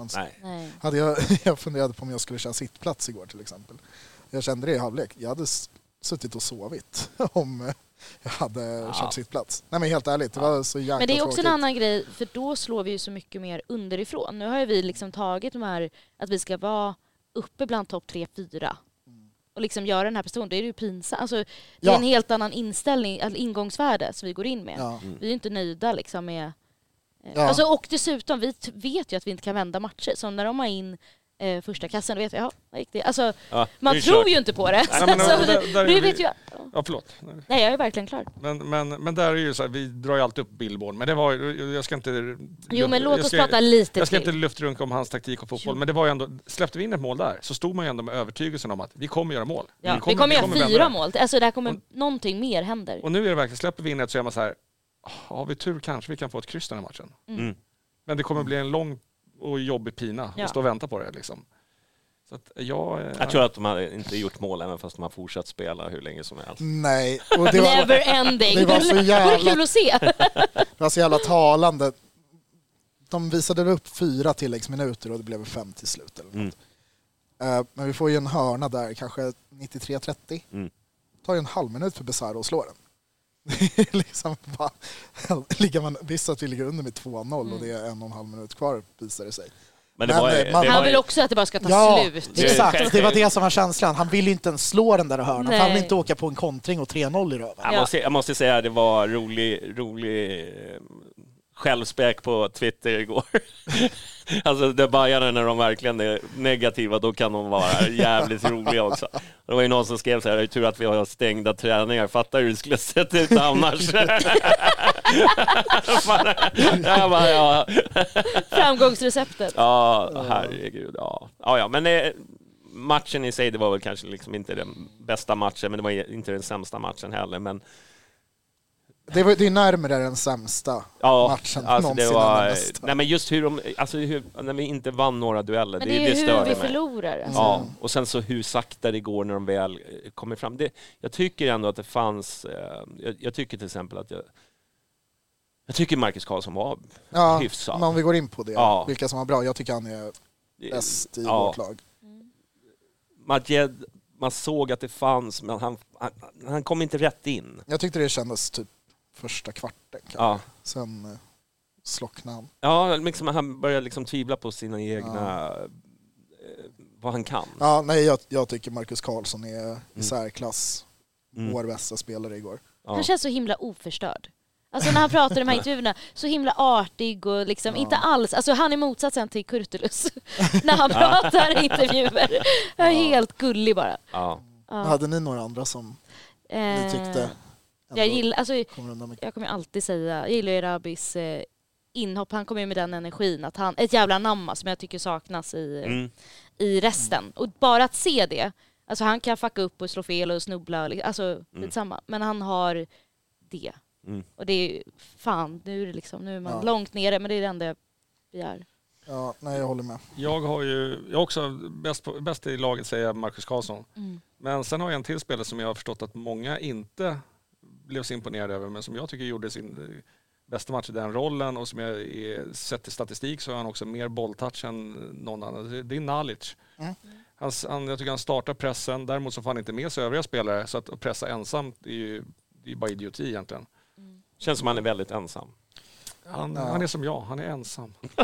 Jag funderade på om jag skulle köra sittplats igår till exempel. Jag kände det i halvlek. Jag hade suttit och sovit om jag hade kört sittplats. Nej men helt ärligt, det var så jäkla Men det är också tråkigt. en annan grej, för då slår vi ju så mycket mer underifrån. Nu har ju vi liksom tagit de här, att vi ska vara uppe bland topp 3-4 och liksom göra den här prestationen, då är det ju pinsamt. Alltså, det är en helt annan inställning, alltså ingångsvärde som vi går in med. Ja. Vi är ju inte nöjda liksom med... Ja. Alltså, och dessutom, vi vet ju att vi inte kan vända matcher. Så när de har in första kassen, då vet jag, vad gick det? Alltså, man tror ju inte på det. Nej, men, alltså, där vet ju... Ja, förlåt. Nej, jag är verkligen klar. Men där är ju så här, vi drar ju alltid upp Billborn. Men det var jag ska inte... Jo, men låt oss prata lite Jag ska till. inte luftrunka om hans taktik och fotboll. Men det var ju ändå, släppte vi in ett mål där så stod man ju ändå med övertygelsen om att vi kommer göra mål. Ja, vi kommer göra 4 mål. Alltså där kommer någonting mer händer. Och nu är det verkligen, släpper vi in ett så är man så här, har vi tur kanske vi kan få ett kryss den här matchen. Men det kommer bli en lång och jobbig pina att stå och vänta på det liksom. Så att jag tror att de har inte gjort mål även fast de har fortsatt spela hur länge som helst. Nej. Och det var, Never ending. Det var så jävla, kul att se. Det var så jävla talande. De visade upp 4 tilläggsminuter och det blev 5 till slut. Eller något. Men vi får ju en hörna där, kanske 93-30. Tar ju en halv minut för Besara att slå den. Liksom bara, visst att vi ligger under med 2-0 och det är 1,5 minut kvar visar det sig. Men han vill också att det bara ska ta slut. Exakt, det var det som var känslan. Han vill ju inte ens slå den där hörnan. Han vill inte åka på en kontring och 3-0 i röven. Jag måste säga att det var rolig självspäk på Twitter igår. Alltså det Bajarna när de verkligen är negativa, då kan de vara jävligt roliga också. Det var ju någon som skrev så här, det är tur att vi har stängda träningar. Fattar hur det skulle sett ut annars. Framgångsreceptet. Ja, herregud. Ja, men matchen i sig, det var väl kanske liksom inte den bästa matchen, men det var inte den sämsta matchen heller. Men det är närmare den sämsta matchen alltså någonsin. Det var, nej, men just när vi inte vann några dueller, men det är hur vi förlorar. Alltså. Ja, och sen så hur sakta det går när de väl kommer fram. Jag tycker ändå att det fanns... Jag tycker till exempel att jag tycker Marcus Karlsson var hyfsad. Men om vi går in på det, vilka som var bra. Jag tycker han är bäst i vårt lag. Majed, man såg att det fanns, men han kom inte rätt in. Jag tyckte det kändes typ första kvarten. Sen slocknade han. Ja, liksom, han började liksom tvivla på sina egna... vad han kan. Ja, nej, jag tycker Marcus Karlsson är i särklass vår bästa spelare igår. Han känns så himla oförstörd. Alltså när han pratar i de här intervjuerna, så himla artig och liksom inte alls, alltså han är motsatsen till Kurtulus när han pratar i intervjuer. Han är helt gullig bara. Hade ni några andra som ni tyckte? Jag gillar, alltså jag kommer alltid säga, jag gillar ju Rabis inhopp, han kommer ju med den energin att han, ett jävla namma som jag tycker saknas i resten. Och bara att se det, alltså han kan fucka upp och slå fel och snubbla, alltså lite samma, men han har det. Och det är fan, nu är man långt nere, men det är det enda jag begär. Ja, nej, jag håller med. Jag har också bäst i laget säger Marcus Karlsson. Men sen har jag en till spelare som jag har förstått att många inte blev så imponerade över, men som jag tycker gjorde sin bästa match i den rollen, och som jag sett i statistik så har han också mer bolltouch än någon annan. Det är Nalic. Jag tycker han startar pressen, däremot så får han inte med sig övriga spelare, så att pressa ensamt det är bara idioti egentligen. Känns som han är väldigt ensam. Han är som jag, han är ensam. Det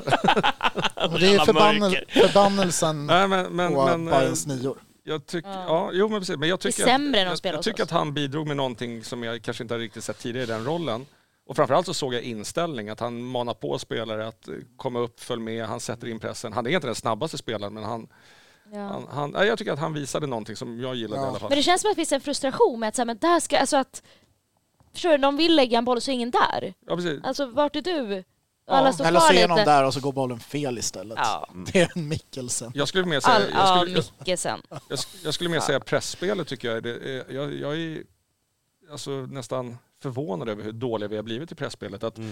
är förbannelsen på Bajens nior. Jag tycker, men precis. Men jag tycker att han bidrog med någonting som jag kanske inte har riktigt sett tidigare i den rollen. Och framförallt så såg jag inställning, att han manar på spelare att komma upp, följ med, han sätter in pressen. Han är inte den snabbaste spelaren, men jag tycker att han visade någonting som jag gillade i alla fall. Men det känns som att det finns en frustration med att säga, men där ska, alltså att förstår du, de vill lägga en boll så är ingen där. Ja, precis. Alltså vart är du? Eller så är någon där och så går bollen fel istället. Det är en Mikkelsen. Jag skulle mer säga jag skulle mer säga pressspelet tycker jag. Jag är alltså nästan förvånad över hur dåliga vi har blivit i pressspelet. Att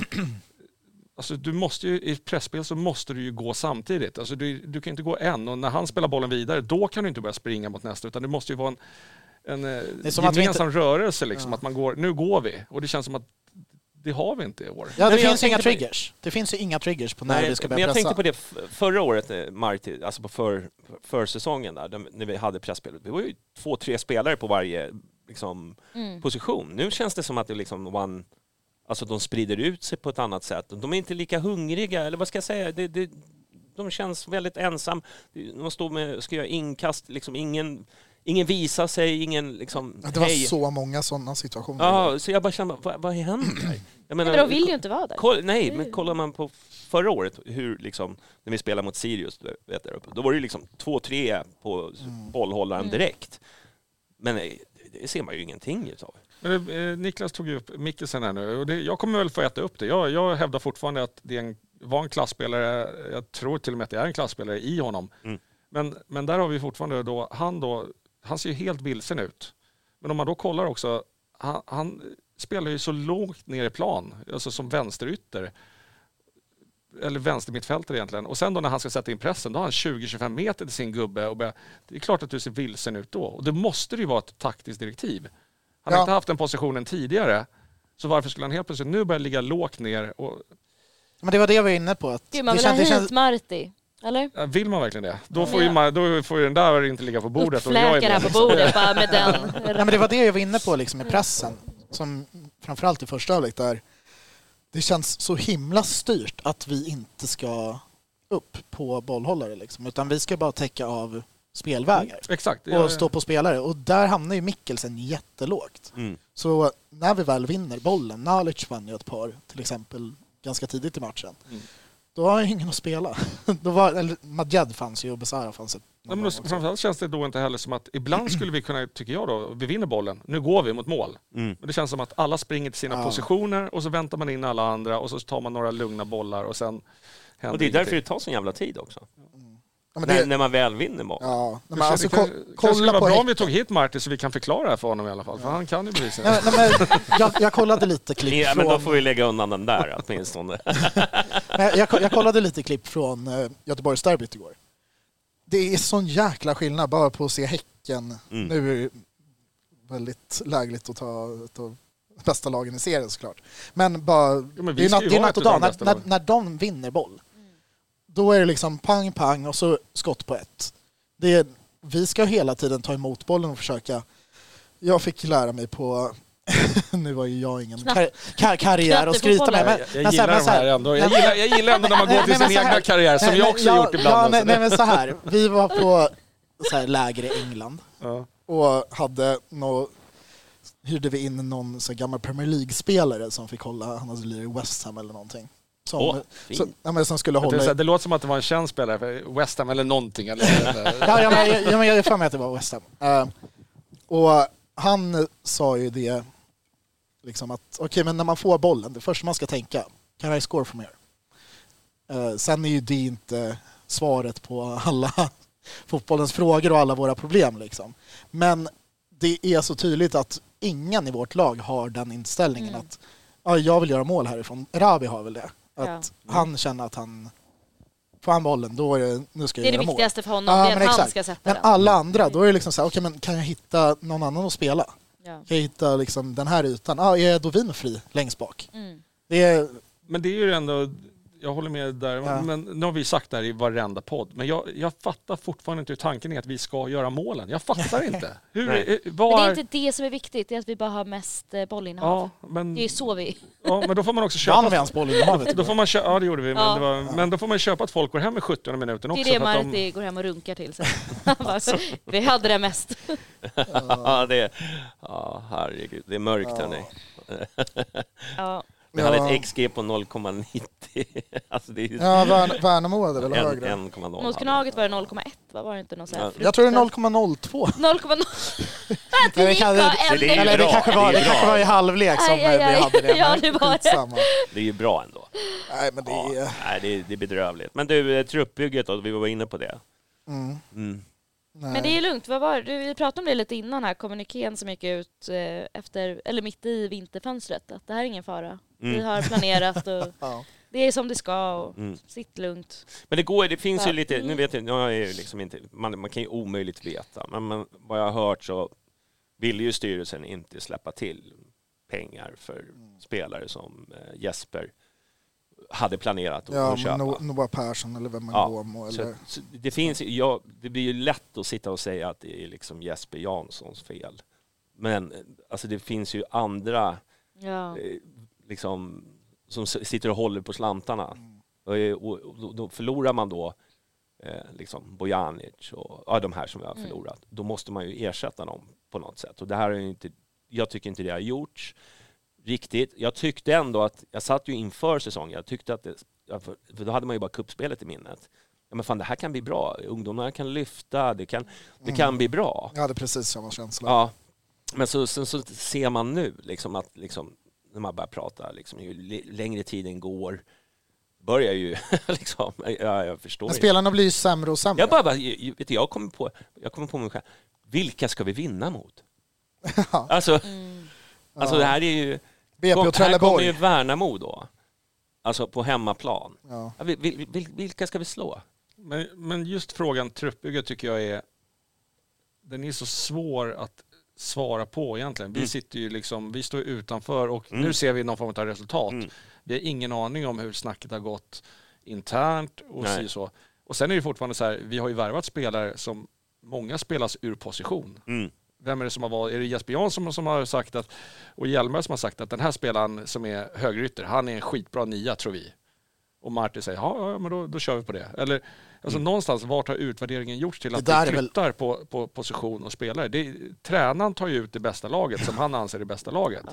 alltså du måste ju i presspel så måste du ju gå samtidigt. Alltså du kan inte gå en, och när han spelar bollen vidare då kan du inte börja springa mot nästa, utan det måste ju vara en gemensam rörelse liksom, att man går, nu går vi, och det känns som att det har vi inte i år. Ja, det finns inga triggers. Det finns ju inga triggers på när vi ska börja pressa. Men jag tänkte på det förra året, Marti, alltså på försäsongen där, när vi hade pressspelet. Det var ju 2-3 spelare på varje liksom, position. Nu känns det som att det liksom alltså de sprider ut sig på ett annat sätt. De är inte lika hungriga, eller vad ska jag säga? De känns väldigt ensam. De står med, ska göra inkast, liksom ingen visar sig, ingen liksom... Det var så många sådana situationer. Ja, så jag bara känner, vad händer? Men de vill ju inte vara där. Men kollar man på förra året, hur liksom, när vi spelade mot Sirius, vet där uppe, då var det liksom 2-3 på bollhållaren direkt. Men det ser man ju ingenting utav. Men Niklas tog ju upp Mikkelsen här nu, och jag kommer väl få äta upp det. Jag hävdar fortfarande att det var en klassspelare, jag tror till och med att det är en klassspelare i honom. Men där har vi fortfarande då, han ser ju helt vilsen ut. Men om man då kollar också, han spelar ju så lågt ner i plan, alltså som vänsterytter. Eller vänstermittfältare egentligen. Och sen då när han ska sätta in pressen, då har han 20-25 meter till sin gubbe. Och det är klart att du ser vilsen ut då. Och det måste ju vara ett taktiskt direktiv. Han har inte haft den positionen tidigare. Så varför skulle han helt plötsligt nu börja ligga lågt ner? Men det var det jag var inne på. Att Gud, man vill ha hit Marti. Eller? Vill man verkligen det? Då får ju den där inte ligga på bordet. Uppfläkar här på bordet bara med den. Nej, men det var det jag var inne på liksom, med pressen. Som framförallt i första halvlek där det känns så himla styrt att vi inte ska upp på bollhållare liksom, utan vi ska bara täcka av spelvägar. Exakt. Och stå på spelare. Och där hamnar ju Mikkelsen jättelågt. Så när vi väl vinner bollen, Nalic vann ju ett par till exempel ganska tidigt i matchen. Då har jag ingen att spela. Madjed fanns ju och Besara fanns. Men framförallt känns det då inte heller som att ibland skulle vi kunna, tycker jag då, vi vinner bollen, nu går vi mot mål. Men det känns som att alla springer till sina positioner och så väntar man in alla andra och så tar man några lugna bollar och sen händer och det är därför det tar så jävla tid också. Ja, när man väl vinner mål. Ja, men alltså, kolla på bra om vi tog hit Martin så vi kan förklara det för honom i alla fall. För han kan ju bevisa. Jag kollade lite klipp från... Men då får vi lägga undan den där åtminstone. jag kollade lite klipp från Göteborgs derbyt igår. Det är sån jäkla skillnad bara på att se Häcken. Nu är det väldigt lägligt att ta bästa lagen i serien såklart. Men bara, det är natt och dag. När de vinner boll, då är det liksom pang, pang och så skott på ett. Vi ska hela tiden ta emot bollen och försöka... Jag fick lära mig på... nu var ju jag ingen karriär att skryta med. Jag gillar de här ändå. Jag gillar ändå när man går till sin egna karriär, som jag också gjort ibland. Nej, men så här. Vi var på så här läger i England och hyrde vi in någon så gammal Premier League-spelare som fick hålla, han hade lirat i West Ham eller någonting. Som skulle hålla... Det låter som att det var en känd spelare för West Ham eller någonting. Eller... jag är fan med att det var West Ham. Och han sa ju det liksom att okej, men när man får bollen, det första man ska tänka, can I score from here? Sen är ju det inte svaret på alla fotbollens frågor och alla våra problem liksom. Men det är så tydligt att ingen i vårt lag har den inställningen att jag vill göra mål härifrån. Rabi har väl det. Att han känner att han får han bollen, då är det, nu ska jag göra mål. Det är det viktigaste för honom, det är att han ska sätta den. Men alla andra, då är det liksom så här, okej, men kan jag hitta någon annan att spela? Kan jag hitta liksom den här ytan? Är Dovin fri längst bak? Men det är ju ändå, jag håller med där, men nu har vi sagt det här i varenda podd, men jag fattar fortfarande inte hur tanken är att vi ska göra målen. Jag fattar inte. Men det är inte det som är viktigt, det är att vi bara har mest bollinnehav. Det är så vi... Ja, men då får man också köpa... Då får man ja, det gjorde vi. Men då får man köpa att folk går hem i 70 minuten också. Det är det Marti går hem och runkar till sen. Vi hade det mest. Herregud, det är mörkt hörni. Vi hade ett XG på 0,90. Alltså det är ju... Värnamo hade väl högre. 1,0. Mot Knaget var det 0,1. Vad var det inte någon så här jag tror det är 0,02. 0,0. Det kanske var i halvlek som vi hade det. Ja, det var det. Det är ju bra ändå. Nej, men det är bedrövligt. Men du, truppbygget då, vi var inne på det. Men det är lugnt. Vad var det? Vi pratade om det lite innan här, kommunikén som gick ut mitt i vinterfönstret, att det här är ingen fara. Vi har planerat och det är som det ska och sitt lugnt. Men det finns ju lite, nu vet jag är liksom inte, man kan ju omöjligt veta, men vad jag har hört så vill ju styrelsen inte släppa till pengar för spelare som Jesper hade planerat att köpa. Noah Persson eller vem man går med. Så det finns, det blir ju lätt att sitta och säga att det är liksom Jesper Janssons fel. Men alltså det finns ju andra liksom, som sitter och håller på slantarna. Och då förlorar man då liksom Bojanic och de här som vi har förlorat. Då måste man ju ersätta dem på något sätt. Och det här är ju inte, jag tycker inte det har gjorts riktigt. Jag tyckte ändå att, jag satt ju inför säsongen, jag tyckte att för då hade man ju bara kuppspelet i minnet. Ja, men fan, det här kan bli bra. Ungdomarna kan lyfta, det kan bli bra. Jag hade precis samma känsla. Ja. Men så ser man nu liksom att liksom, när man börjar prata liksom, ju längre tiden går börjar ju liksom, jag förstår. Men spelarna blir ju sämre och sämre. Jag kommer på mig själv. Vilka ska vi vinna mot? Alltså det här är ju BP och Trelleborg. Här kommer ju Värnamo då. Alltså på hemmaplan. Ja. Vilka ska vi slå? Men just frågan truppbygge tycker jag den är så svår att svara på egentligen. Vi sitter ju liksom, vi står utanför och nu ser vi någon form av resultat. Vi har ingen aning om hur snacket har gått internt och så. Och sen är det fortfarande så här, vi har ju värvat spelare som många spelas ur position. Vem är det som har varit? Är det Jesper Jansson som har sagt att, och Hjelmer som har sagt att den här spelaren som är högerytter, han är en skitbra nia tror vi. Och Martin säger, ja men då kör vi på det. Eller alltså någonstans, vart har utvärderingen gjorts till att vi flyttar på position och spelare? Tränaren tar ju ut det bästa laget som han anser är det bästa laget.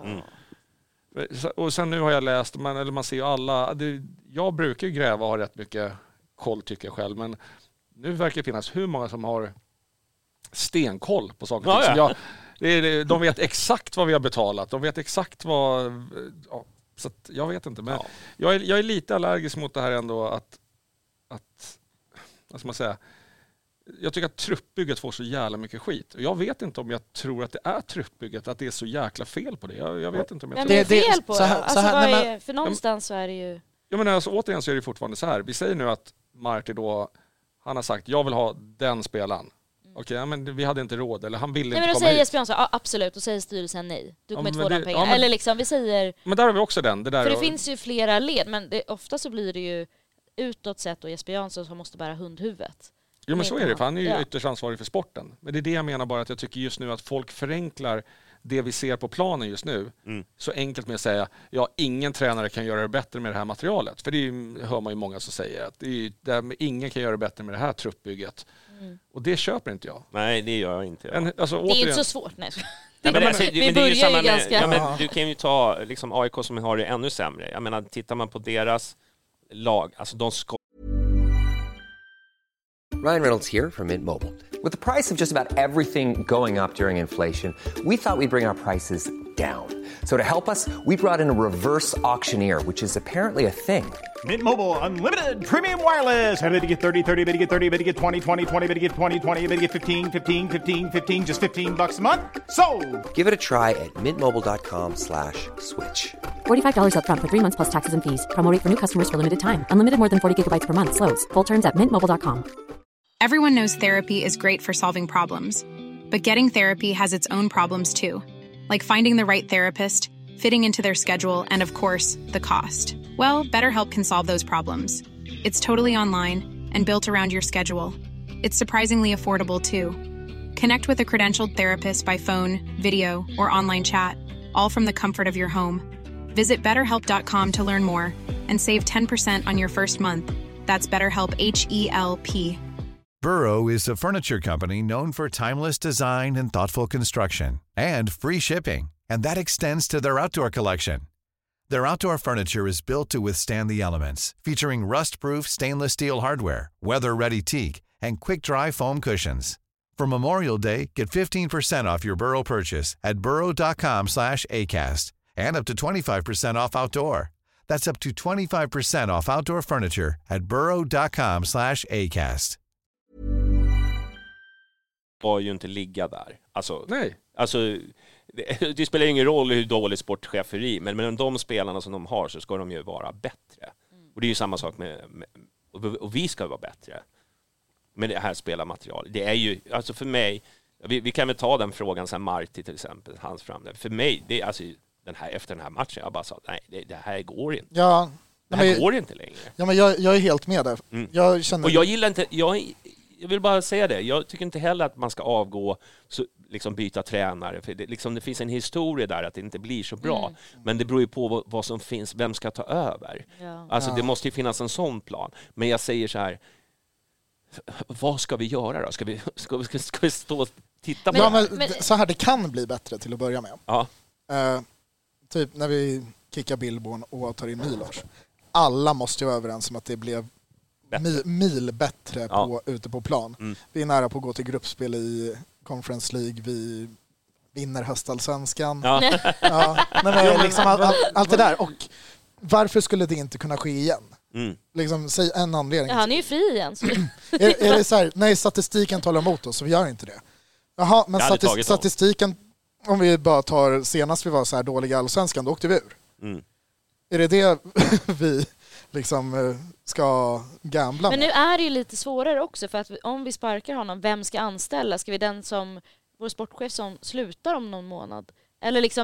Och sen nu har jag läst, man ser ju alla, jag brukar ju gräva och ha rätt mycket koll tycker jag själv, men nu verkar det finnas hur många som har stenkoll på saker. De vet exakt vad vi har betalat, de vet exakt vad... Ja, så att jag vet inte, men jag är lite allergisk mot det här ändå att vad ska man säga, jag tycker att truppbygget får så jävla mycket skit. Jag vet inte om jag tror att det är truppbygget, att det är så jäkla fel på det. Jag vet inte om jag tror det är fel på det. För någonstans så är det ju... Ja, men alltså, återigen så är det fortfarande så här. Vi säger nu att Marti då, han har sagt, jag vill ha den spelaren. Okej, men vi hade inte råd, eller han ville inte komma hit. Men då säger Jesper Jansson, absolut, och säger styrelsen nej. Du kommer inte få den pengarna. Eller liksom, vi säger... Men där har vi också den. För det finns ju flera led, men ofta så blir det ju utåt sett och Jesper Jansson som måste bära hundhuvudet. Jo, men så är det, för han är ju ytterst ansvarig för sporten. Men det är det jag menar bara, att jag tycker just nu att folk förenklar det vi ser på planen just nu. Så enkelt med att säga, ingen tränare kan göra det bättre med det här materialet. För det hör man ju många som säger, att ingen kan göra det bättre med det här truppbygget. Och det köper inte jag. Nej, det gör jag inte. Det är inte så svårt, nej. Vi börjar ju ganska... du kan ju ta liksom AIK som har det ännu sämre. Jag menar, tittar man på deras lag, alltså de ska... Ryan Reynolds here from Mint Mobile. With the price of just about everything going up during inflation, we thought we'd bring our prices down. So to help us, we brought in a reverse auctioneer, which is apparently a thing. Mint Mobile Unlimited Premium Wireless. How to get 30, 30, how to get 30, how to get 20, 20, 20, how to get 20, 20, how to get 15, 15, 15, 15, just $15 a month? Sold! Give it a try at mintmobile.com/switch. $45 up front for 3 months plus taxes and fees. Promo rate for new customers for limited time. Unlimited more than 40 gigabytes per month. Slows full terms at mintmobile.com. Everyone knows therapy is great for solving problems. But getting therapy has its own problems too. Like finding the right therapist, fitting into their schedule, and of course, the cost. Well, BetterHelp can solve those problems. It's totally online and built around your schedule. It's surprisingly affordable too. Connect with a credentialed therapist by phone, video, or online chat, all from the comfort of your home. Visit BetterHelp.com to learn more and save 10% on your first month. That's BetterHelp, H-E-L-P. Burrow is a furniture company known for timeless design and thoughtful construction, and free shipping, and that extends to their outdoor collection. Their outdoor furniture is built to withstand the elements, featuring rust-proof stainless steel hardware, weather-ready teak, and quick-dry foam cushions. For Memorial Day, get 15% off your Burrow purchase at burrow.com/acast, and up to 25% off outdoor. That's up to 25% off outdoor furniture at burrow.com/acast. Var ju inte ligga där. Alltså, nej. Alltså, det spelar ingen roll hur dålig sportcheferi, men med de spelarna som de har så ska de ju vara bättre. Och det är ju samma sak med och vi ska vara bättre med det här spelarmaterialet. Det är ju, alltså för mig, vi kan väl ta den frågan sen Marti till exempel, hans fram där. För mig, det är alltså efter den här matchen, jag bara sa nej, det här går inte. Ja, det här går inte längre. Ja, men jag är helt med där. Jag gillar inte, jag vill bara säga det. Jag tycker inte heller att man ska avgå, så, liksom byta tränare. För det finns en historia där att det inte blir så bra. Men det beror ju på vad som finns, vem ska ta över. Ja. Alltså det måste ju finnas en sån plan. Men jag säger så här, vad ska vi göra då? Ska vi stå och titta på men så här, det kan bli bättre till att börja med. Ja. Typ när vi kickar Billborn och tar in Milos. Alla måste ju vara överens om att det blev mil bättre ute på plan. Vi är nära på att gå till gruppspel i Conference League. Vi vinner höstallsvenskan. Liksom allt det där. Och varför skulle det inte kunna ske igen? Liksom, säg en anledning. Ja, han är ju fri igen. Är det så här, nej, statistiken talar emot oss så vi gör inte det. Jaha, men statistiken, om vi bara tar senast vi var så här dåliga i allsvenskan, då åkte vi ur. Är det vi liksom ska gambla med? Men nu är det ju lite svårare också, för att om vi sparkar honom, vem ska anställa? Ska vi den som vår sportchef som slutar om någon månad? Eller liksom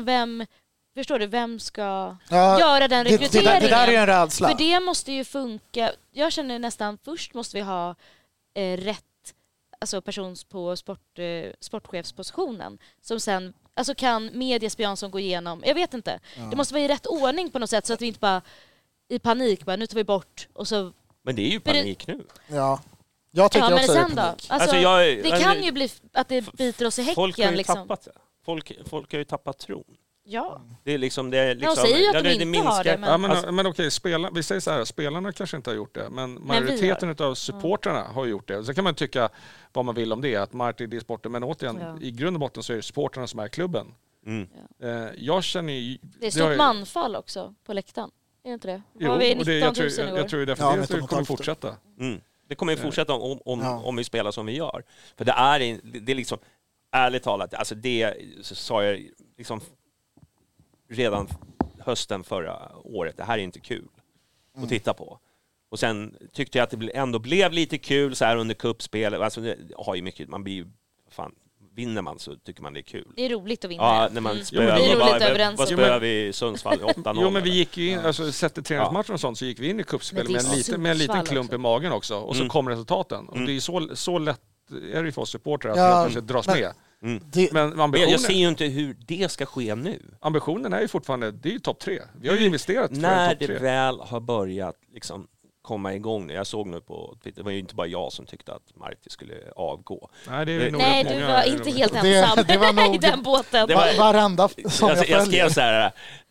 vem ska göra den rekryteringen? Det där är en rädsla. För det måste ju funka. Jag känner nästan först måste vi ha rätt person på sportchefspositionen som sen kan mediespion som går igenom. Jag vet inte. Det måste vara i rätt ordning på något sätt så att vi inte bara i panik nu tar vi bort och så. Men det är ju panik nu. Ja. Jag tycker också men sen det är panik. Då? Det kan ju bli att det biter oss i häcken. Folk har ju liksom. tappat det. Folk har ju tappat tron. Ja. Det är liksom de säger ju att de inte har det. Men okej, vi säger så här, spelarna kanske inte har gjort det, men majoriteten av supportrarna har gjort det. Så kan man tycka vad man vill om det, att Marti det är sporten, men återigen, i grund och botten så är det supportrarna som är klubben. Jag känner ju... Det är stort manfall också på läktaren. Är det inte det? Jo, och jag tror därför det kommer fortsätta. Det kommer ju fortsätta om vi spelar som vi gör. För det är liksom, ärligt talat, alltså det sa jag liksom redan hösten förra året. Det här är inte kul att titta på. Och sen tyckte jag att det ändå blev lite kul så här under cupspel. Alltså det har ju mycket, man blir ju vinner man så tycker man det är kul. Det är roligt att vinna. Ja, när man spöar vi Sundsvall 8-0. Jo, men vi gick ju in, alltså sett i träningsmatchen och sånt så gick vi in i cupspel med en liten klump i magen också. Och så kom resultaten. Och det är så lätt är det för oss supportrar att helt plötsligt dras med. Men jag ser ju inte hur det ska ske nu. Ambitionen är ju fortfarande, det är ju topp 3. Vi har ju investerat för när topp 3. Det väl har börjat liksom komma igång. Jag såg nu på Twitter, det var ju inte bara jag som tyckte att Marti skulle avgå. Nej, det är nog nej du var inte helt ensam det var nog, i den båten. Varenda som jag skrev så här,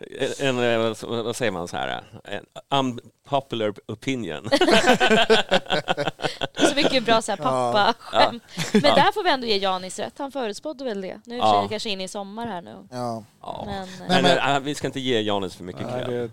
vad säger man så här, en unpopular opinion. Så mycket bra så här pappa-skämt. Men där får vi ändå ge Janis rätt. Han förutspådde väl det. Nu är det kanske in i sommar här nu. Men vi ska inte ge Janis för mycket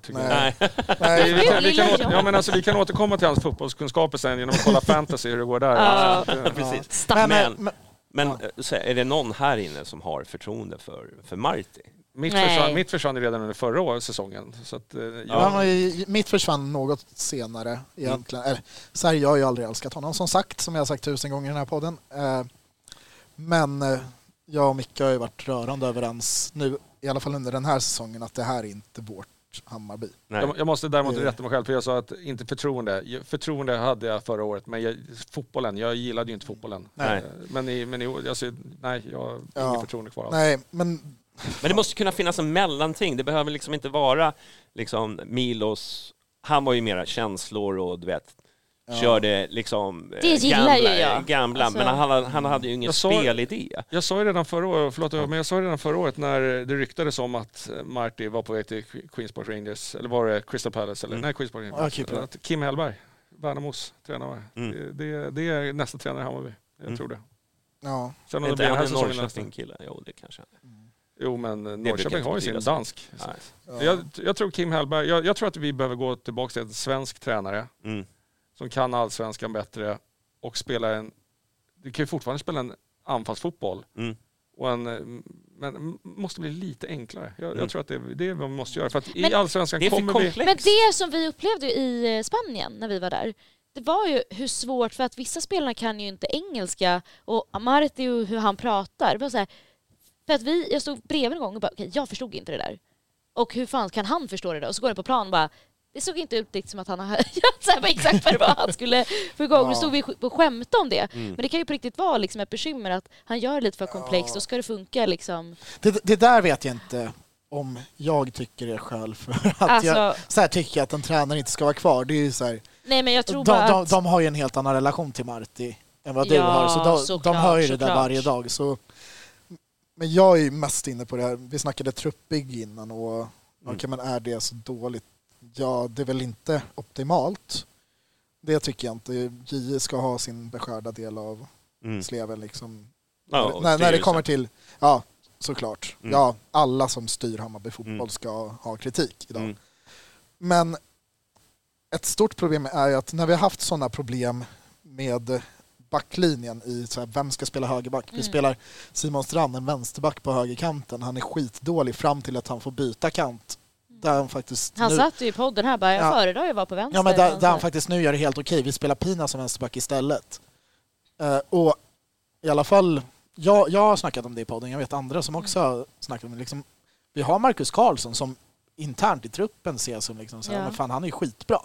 vi kan återkomma till hans fotbollskunskaper sen genom att kolla fantasy hur det går där. Precis. Men är det någon här inne som har förtroende för Marti? Mitt försvann redan under förra säsongen. Så att, mitt försvann något senare egentligen. Så jag har ju aldrig älskat honom som sagt, som jag har sagt 1000 gånger i den här podden. Men jag och Micke har ju varit rörande överens nu, i alla fall under den här säsongen, att det här är inte vårt Hammarby. Jag måste däremot rätta mig själv, för jag sa att inte förtroende. Förtroende hade jag förra året, men fotbollen, jag gillade ju inte fotbollen. Nej. Men jag har inget förtroende kvar. Nej, men det måste kunna finnas en mellanting. Det behöver liksom inte vara liksom Milos. Han var ju mera känslor och du vet körde liksom gamla alltså. Men han hade ju ingen spelidé. Jag sa ju redan förra året när det ryktades om att Marti var på väg till Queens Park Rangers, eller var det Crystal Palace eller Queens Park Rangers. Kim Hellberg, Värnamos tränare. Det är nästa tränare i Hammarby. Jag tror det. Ja. Sen inte han är en Norrköping-kille. Jo, det kanske. Jo, men Norrköping har ju sin dansk. Jag tror Kim Hellberg, jag tror att vi behöver gå tillbaka till en svensk tränare som kan allsvenskan bättre och det kan ju fortfarande spela en anfallsfotboll. Men måste bli lite enklare. Jag tror att det är vad vi måste göra. För att i allsvenskan kommer vi... Men det som vi upplevde i Spanien när vi var där, det var ju hur svårt, för att vissa spelarna kan ju inte engelska, och Marti och hur han pratar. Det var så här, för att jag stod bredvid en gång och bara, jag förstod inte det där. Och hur fan kan han förstå det där? Och så går det på plan och bara, Det såg inte ut som att han har höjt exakt för vad han skulle få igång. Nu stod vi på skämta om det. Men det kan ju på riktigt vara liksom ett bekymmer att han gör lite för komplext. Då ska det funka liksom. Det där vet jag inte om jag tycker är skäl för att jag så här tycker att en tränare inte ska vara kvar. Det är ju så här, nej, men jag tror de har ju en helt annan relation till Marti än vad du har. Så de hör ju det där varje dag. Så, men jag är mest inne på det här. Vi snackade truppbygg innan och men är det så dåligt? Ja, det är väl inte optimalt. Det tycker jag inte. J ska ha sin beskärda del av sleven liksom. När det kommer till, såklart. Ja, alla som styr Hammarby fotboll ska ha kritik idag. Men ett stort problem är ju att när vi har haft sådana problem med backlinjen i så här, vem ska spela högerback? Vi spelar Simon Strand, en vänsterback på högerkanten. Han är skitdålig fram till att han får byta kant. Där han satt ju i podden här bara, jag föredrar ju vara på vänster. Ja, men där han faktiskt nu gör det helt okej. Vi spelar Pina som vänsterback istället. Och i alla fall, jag har snackat om det i podden. Jag vet andra som också har snackat om det. Liksom, vi har Marcus Karlsson som internt i truppen ses som liksom, men fan, han är ju skitbra.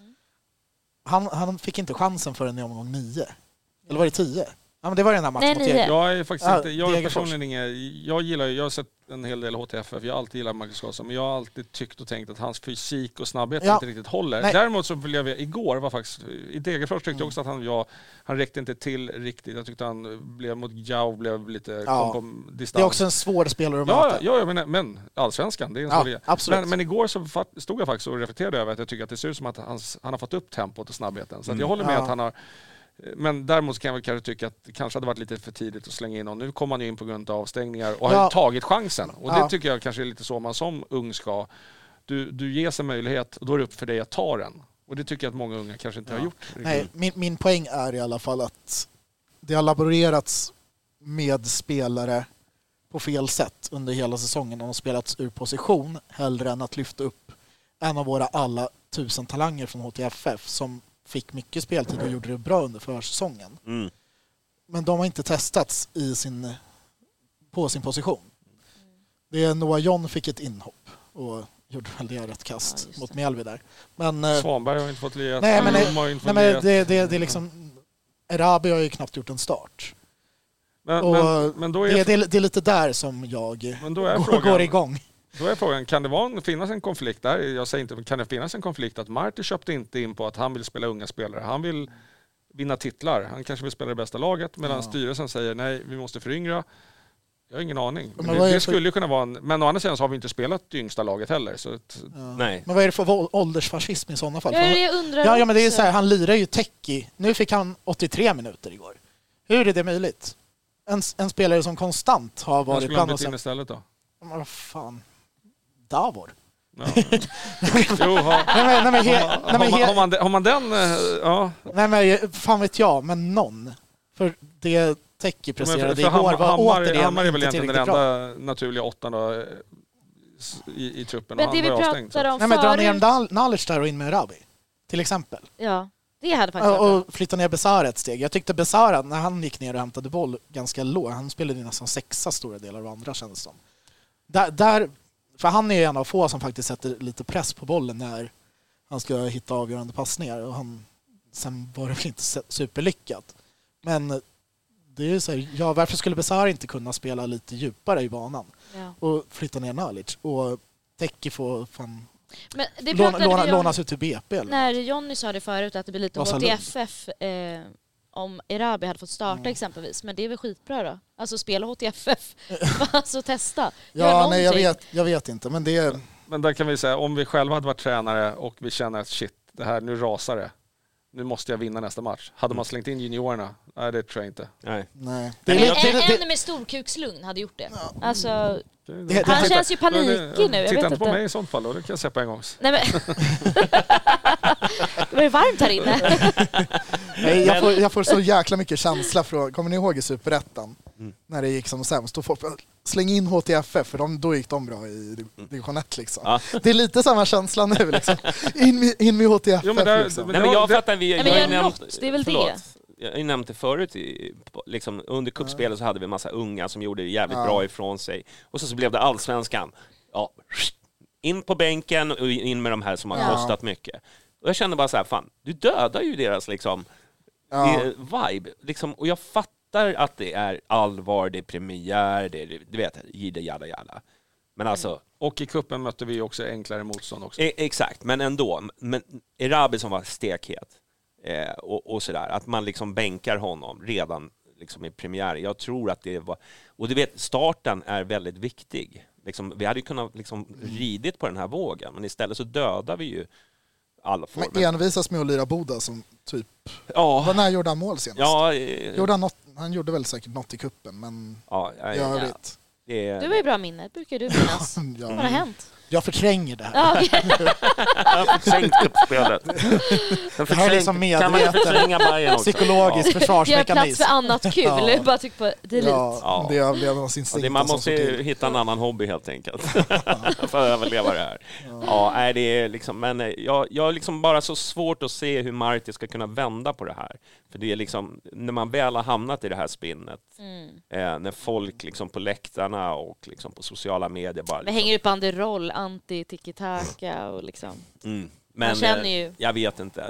Han fick inte chansen förrän i omgång 9. Eller var det 10? Ja, men det var den här matchen mot Jäger. Jag är faktiskt inte, jag är personligen jag har sett en hel del HTFF, jag har alltid gillat Marcus Karlsson, men jag har alltid tyckt och tänkt att hans fysik och snabbhet inte riktigt håller. Nej. Däremot så blev jag igår var faktiskt i Degerfors tyckte jag också att han räckte inte till riktigt. Jag tyckte han blev mot Jau blev lite kom på distans. Det är också en svår spelare att möta. Ja, men allsvenskan, det är en svår men igår så stod jag faktiskt och reflekterade över att jag tycker att det ser ut som att han har fått upp tempot och snabbheten. Så att jag håller med att han har. Men däremot kan jag väl kanske tycka att det kanske hade varit lite för tidigt att slänga in. Och nu kommer man ju in på grund av avstängningar och har tagit chansen. Och det tycker jag kanske är lite så man som ung ska. Du ges en möjlighet och då är det upp för dig att ta den. Och det tycker jag att många unga kanske inte har gjort. Nej, min poäng är i alla fall att det har laborerats med spelare på fel sätt under hela säsongen. De har spelats ur position hellre än att lyfta upp en av våra alla 1000 talanger från HTFF som fick mycket speltid och gjorde det bra under försäsongen. Men de har inte testats på sin position. Det är Noah John fick ett inhopp och gjorde väl det rätt kast mot Mjällby där. Men Svanberg har inte fått lirat. Det är liksom Erabi har ju knappt gjort en start. Men då är det är lite där som jag går igång. Då är frågan, kan det finnas en konflikt där? Jag säger inte, kan det finnas en konflikt att Marti köpte inte in på att han vill spela unga spelare. Han vill vinna titlar. Han kanske vill spela det bästa laget medan styrelsen säger nej, vi måste föryngra. Jag har ingen aning. Men det skulle kunna vara men å andra sidan så har vi inte spelat det yngsta laget heller. Så nej. Men vad är det för åldersfascism i sådana fall? Jag undrar men det är så här, han lirar ju Teki. Nu fick han 83 minuter igår. Hur är det möjligt? En spelare som konstant har varit bland oss. In istället då? Men vad fan? Davor. Ja. Har man den? Ja. Nej, men fan vet jag, men någon. För det Teki presterade igår var återigen Hammar är väl egentligen den enda naturliga åttan då, i truppen. Men det vi pratade om förut. Dra ner Nalic där och in med Erabi, till exempel. Ja, det hade faktiskt och flytta ner Besara ett steg. Jag tyckte Besara, när han gick ner och hämtade boll ganska låg, han spelade nästan 6 stora delar av andra kändes som. Där för han är en av få som faktiskt sätter lite press på bollen när han ska hitta avgörande passningar. Och sen var det väl inte superlyckat. Men det är ju så här, varför skulle Besara inte kunna spela lite djupare i banan? Ja. Och flytta ner Nalic. Och Teki får lånas ut till BP. Eller när Jonny sa det förut att det blir lite HTFF om Erabi hade fått starta exempelvis. Men det är väl skitbra då? Alltså spela HTFF. Alltså testa. Jag vet inte. Men där kan vi säga, om vi själva hade varit tränare och vi känner att shit, det här, nu rasar det. Nu måste jag vinna nästa match. Hade man slängt in juniorerna? Nej, det tror jag inte. Nej. En med storkukslugn hade gjort det. Ja. Alltså, han känns ju panikig nu. Titta inte på mig i sånt fall då. Det kan jag säga på en gång. Nej, men det var ju varmt här inne. Nej, jag får så jäkla mycket känsla från, kommer ni ihåg i Superettan? När det gick som sämst. Släng in HTFF, för då gick de bra i division 1 liksom. Ja. Det är lite samma känsla nu liksom. In med HTFF. Jo, men liksom. Nej, men jag fattar, det är väl det. Jag nämnde det förut, liksom, under kuppspelet så hade vi en massa unga som gjorde det jävligt bra ifrån sig. Och så blev det allsvenskan. Ja, In på bänken och in med de här som har kostat mycket. Och jag kände bara så här, fan, du dödar ju deras liksom vibe. Liksom, och jag fattar att det är allvar, det är premiär, det är, du vet, jada. Men alltså... Och i kuppen mötte vi också enklare motstånd också. Exakt, men ändå. Men Erabi som var stekhet och sådär, att man liksom bänkar honom redan liksom i premiär. Jag tror att det var... Och du vet, starten är väldigt viktig. Liksom, vi hade ju kunnat liksom ridit på den här vågen, men istället så dödar vi ju alla former. Men envisas med att lira Boda som typ... Vad när gjorde han mål senast? Han gjorde väl säkert något i kuppen, men i övrigt... Du har ju bra minne, brukar du minnas. Vad har hänt? Jag förtränger det här. Jag har förträngt uppspelet. Det här är liksom medveten psykologisk försvarsmekanism. Gör plats för annat kul. Bara tryck på delete. Ja, det är överlevnadsinstinkten. Man måste hitta en annan hobby helt enkelt för att överleva det här. Ja, det är liksom, men jag har liksom bara så svårt att se hur Marti ska kunna vända på det här. För det är liksom, när man väl har hamnat i det här spinnet, när folk liksom på läktarna och liksom på sociala medier bara... Vi hänger upp banderoll, anti-tiki-taka och liksom... Men man känner ju... Jag vet inte.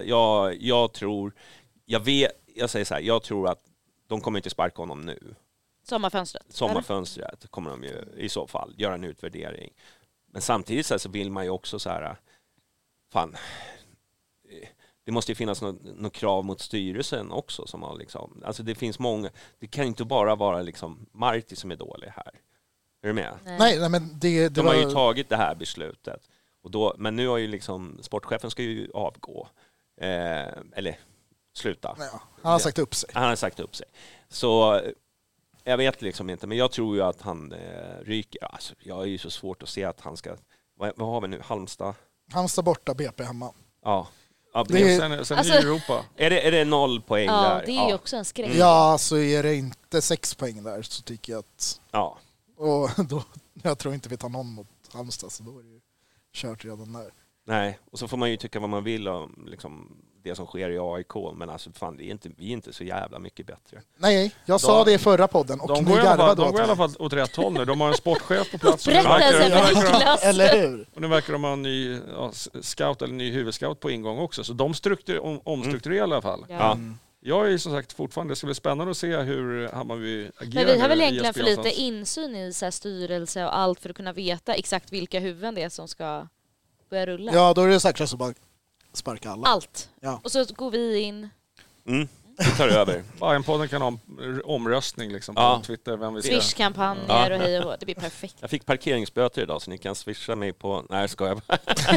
Jag säger så här, jag tror att de kommer inte sparka honom nu. Sommarfönstret kommer de ju i så fall göra en utvärdering. Men samtidigt så vill man ju också så här, fan... Det måste ju finnas något krav mot styrelsen också som har liksom, alltså det finns många, det kan inte bara vara liksom Marti som är dålig här. Är du med? Nej, men de har ju tagit det här beslutet och då, men nu har ju liksom sportchefen ska ju avgå eller sluta. Nej, han har sagt upp sig. Han har sagt upp sig. Så jag vet liksom inte, men jag tror ju att han ryker. Alltså, jag är ju så svårt att se att han ska, vad har vi nu? Halmstad borta, BP hemma. Ja. Sen alltså, i Europa. Är det 0 poäng där? Ja, det är ju också en skräck. Ja, så är det inte 6 poäng där så tycker jag att... Ja. Och då, jag tror inte vi tar någon mot Halmstad, så då är det ju kört redan där. Nej, och så får man ju tycka vad man vill om liksom, det som sker i AIK, men alltså fan, vi är inte så jävla mycket bättre. Nej, jag sa det i förra podden och de går i alla fall åt rätt håll nu. De har en sportchef på plats. Eller hur? Och nu verkar de ha en ny scout eller ny huvudscout på ingång också, så de omstrukturerar i alla fall. Ja. Jag är som sagt fortfarande, det ska bli spännande att se hur Hammarby agerar. Men vi har väl egentligen för lite insyn i så här styrelse och allt för att kunna veta exakt vilka huvuden det är som ska börja rulla. Ja, då är det säkert så bara sparka alla. Allt. Ja. Och så går vi in. Vi tar över. Bayern-podden kan ha omröstning liksom, på Twitter. Vem vi ska. Swish-kampanjer och hej och hå. Det blir perfekt. Jag fick parkeringsböter idag så ni kan swisha mig på... Nej, ska jag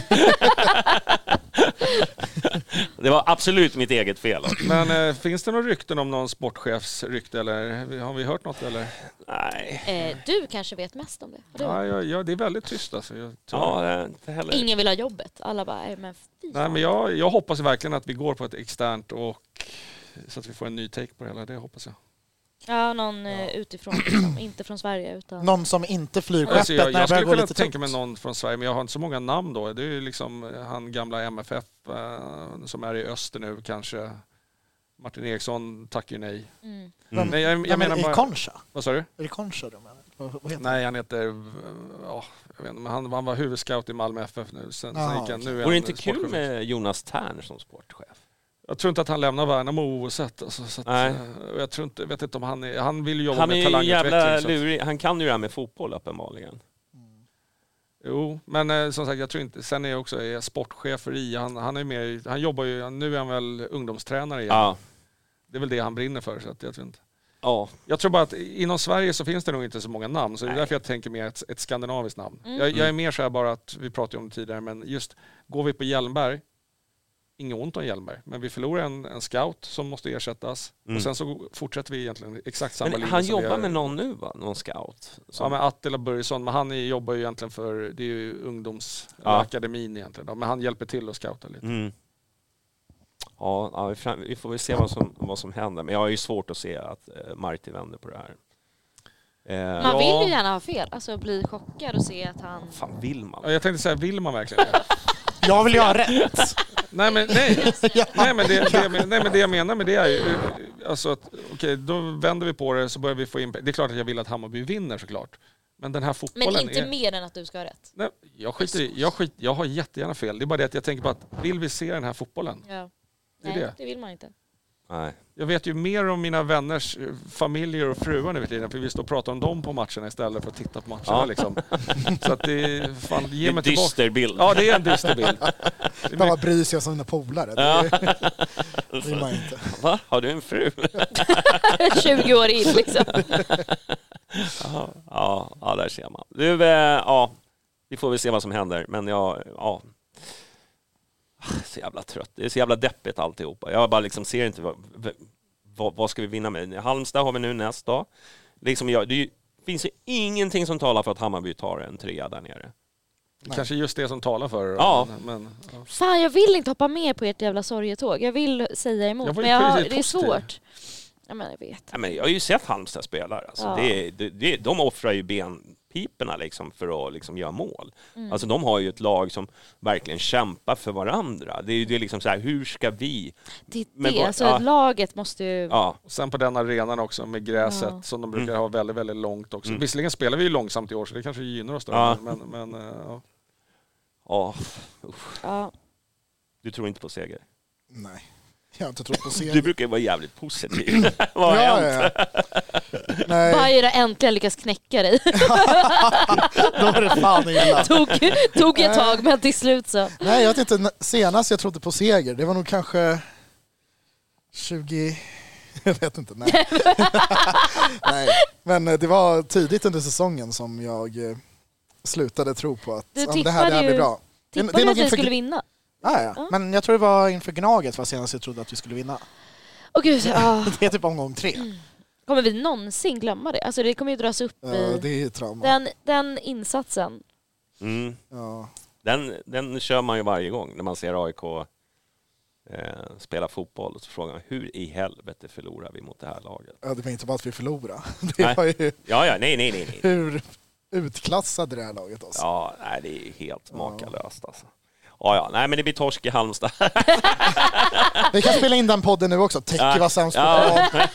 Det var absolut mitt eget fel. Men finns det några rykten om någon sportchefsrykte eller har vi hört något eller? Nej. Du kanske vet mest om det. Ja, det är väldigt tyst alltså. Inte heller. Ingen vill ha jobbet. Alla bara, men fy. Nej, men jag hoppas verkligen att vi går på ett externt och så att vi får en ny take på det hela. Det hoppas jag. Ja, någon utifrån, liksom, inte från Sverige. Utan... Någon som inte flyr skeppet alltså, när jag skulle kunna tänka mig någon från Sverige, men jag har inte så många namn då. Det är ju liksom han gamla MFF som är i öster nu kanske. Martin Eriksson tackar ju nej. Men jag menar bara... Concha? Vad sa du? Är det Concha då? Nej, han heter... jag vet inte, men han var huvudscout i Malmö FF nu. Sen gick han, nu vore det inte kul med Jonas Tern som sportchef? Jag tror inte att han lämnar Värnamo oavsett. Alltså, jag tror inte, vet inte om han vill jobba med talangutveckling. Han är jävla lurig. Han kan ju det här med fotboll uppenbarligen. Jo, men som sagt, jag tror inte. Sen är jag också sportchef för IA. Han är med, han jobbar ju, nu är han väl ungdomstränare igen. Ja. Det är väl det han brinner för, så att jag tror inte. Ja. Jag tror bara att inom Sverige så finns det nog inte så många namn, så det är därför jag tänker mer ett skandinaviskt namn. Jag är mer så här bara att, vi pratade om det tidigare, men just går vi på Hjelmberg, inget ont om Hjelmberg, men vi förlorar en scout som måste ersättas och sen så fortsätter vi egentligen exakt samma linje. Han jobbar med någon nu va? Någon scout? Ja, med Attila Börjesson, men han jobbar ju egentligen för, det är ju ungdomsakademin egentligen då, men han hjälper till att scouta lite. Ja, vi får väl se vad som händer, men jag har ju svårt att se att Marti vänder på det här. Man vill ju gärna ha fel, alltså bli chockad och se att han... Fan, vill man? Ja, jag tänkte säga, vill man verkligen det? Jag vill ju ha rätt. Nej, men det jag menar med det är ju alltså att okej, då vänder vi på det, så börjar vi få in. Det är klart att jag vill att Hammarby vinner såklart. Men den här fotbollen Men inte mer än att du ska ha rätt. Nej, jag har jättegärna fel. Det är bara det att jag tänker på att vill vi se den här fotbollen? Ja. Nej, det vill man inte. Nej. Jag vet ju mer om mina vänners familjer och fruar nu vid tiden, för vi står och pratar om dem på matcherna istället för att titta på matcherna. Ja. Liksom. Så att det fan, ge mig en dyster bild. Ja, det är en dyster bild. Bara bryr sig om sina polare. Ja. Det vill man inte. Va? Har du en fru? 20 år in liksom. Ja, där ser man. Du, vi får väl se vad som händer. Men så jävla trött. Det är så jävla deppigt alltihopa. Jag bara liksom ser inte vad ska vi vinna med. Halmstad har vi nu nästa dag. Liksom det finns ju ingenting som talar för att Hammarby tar en 3 där nere. Kanske just det som talar för. Ja. Men. Fan, jag vill inte hoppa med på ert jävla sorgetåg. Jag vill säga emot, men det är svårt. Ja, men jag vet. Ja, men jag har ju sett Halmstad spela. Alltså, de offrar ju benpiporna liksom för att liksom göra mål. Alltså, de har ju ett lag som verkligen kämpar för varandra. Det är liksom så här, hur ska vi... Laget måste ju... Ja. Och sen på den arenan också med gräset som de brukar ha väldigt, väldigt långt också. Visserligen spelar vi ju långsamt i år, så det kanske gynnar oss då. Ja. Ja. Du tror inte på seger? Nej. Jag har inte trott på seger. Du brukar vara jävligt positiv. Vad har hänt? Bayern har äntligen lyckats knäcka dig. Då var det fan illa. Tog ett tag, men till slut så. Nej, jag vet inte. Senast jag trodde på seger, det var nog kanske 20... Jag vet inte. Nej. Nej. Men det var tidigt under säsongen som jag slutade tro på att det här blir bra. Tippade du att vi skulle vinna? Ja. Men jag tror det var inför Gnaget var senast jag trodde att vi skulle vinna. Gud, det är typ omgång 3. Kommer vi någonsin glömma det? Alltså det kommer ju dras upp i det är trauma. Den insatsen. Ja. Den kör man ju varje gång när man ser AIK spela fotboll. Så frågar man, hur i helvete förlorar vi mot det här laget? Ja, det var inte bara att vi förlorade. Det var ju nej. Hur utklassade det här laget oss. Ja, nej, det är helt makalöst alltså. Ja, nej, men det blir torsk i Halmstad. Vi kan spela in den podden nu också. Täcke var sämst på plan.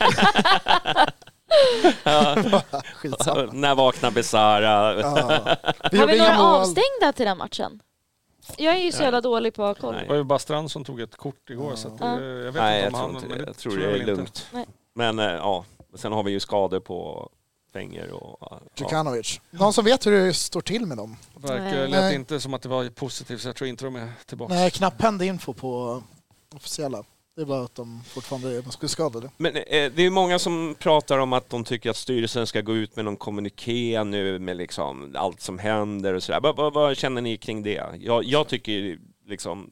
När vaknar Besara? Har vi några avstängda till den matchen? Jag är ju så jävla dålig på koll. Det var ju bara Strand som tog ett kort igår. Så att, jag vet inte om jag tror det är lugnt. Nej. Men sen har vi ju skador på Fänger och... Djukanovic. Någon som vet hur det står till med dem? Det lät inte som att det var positivt, så jag tror inte de är tillbaka. Nej, knapphändig info på officiella. Det var att de fortfarande är skadade. Men det är många som pratar om att de tycker att styrelsen ska gå ut med någon kommuniké nu med liksom allt som händer och sådär. Vad känner ni kring det? Jag tycker liksom...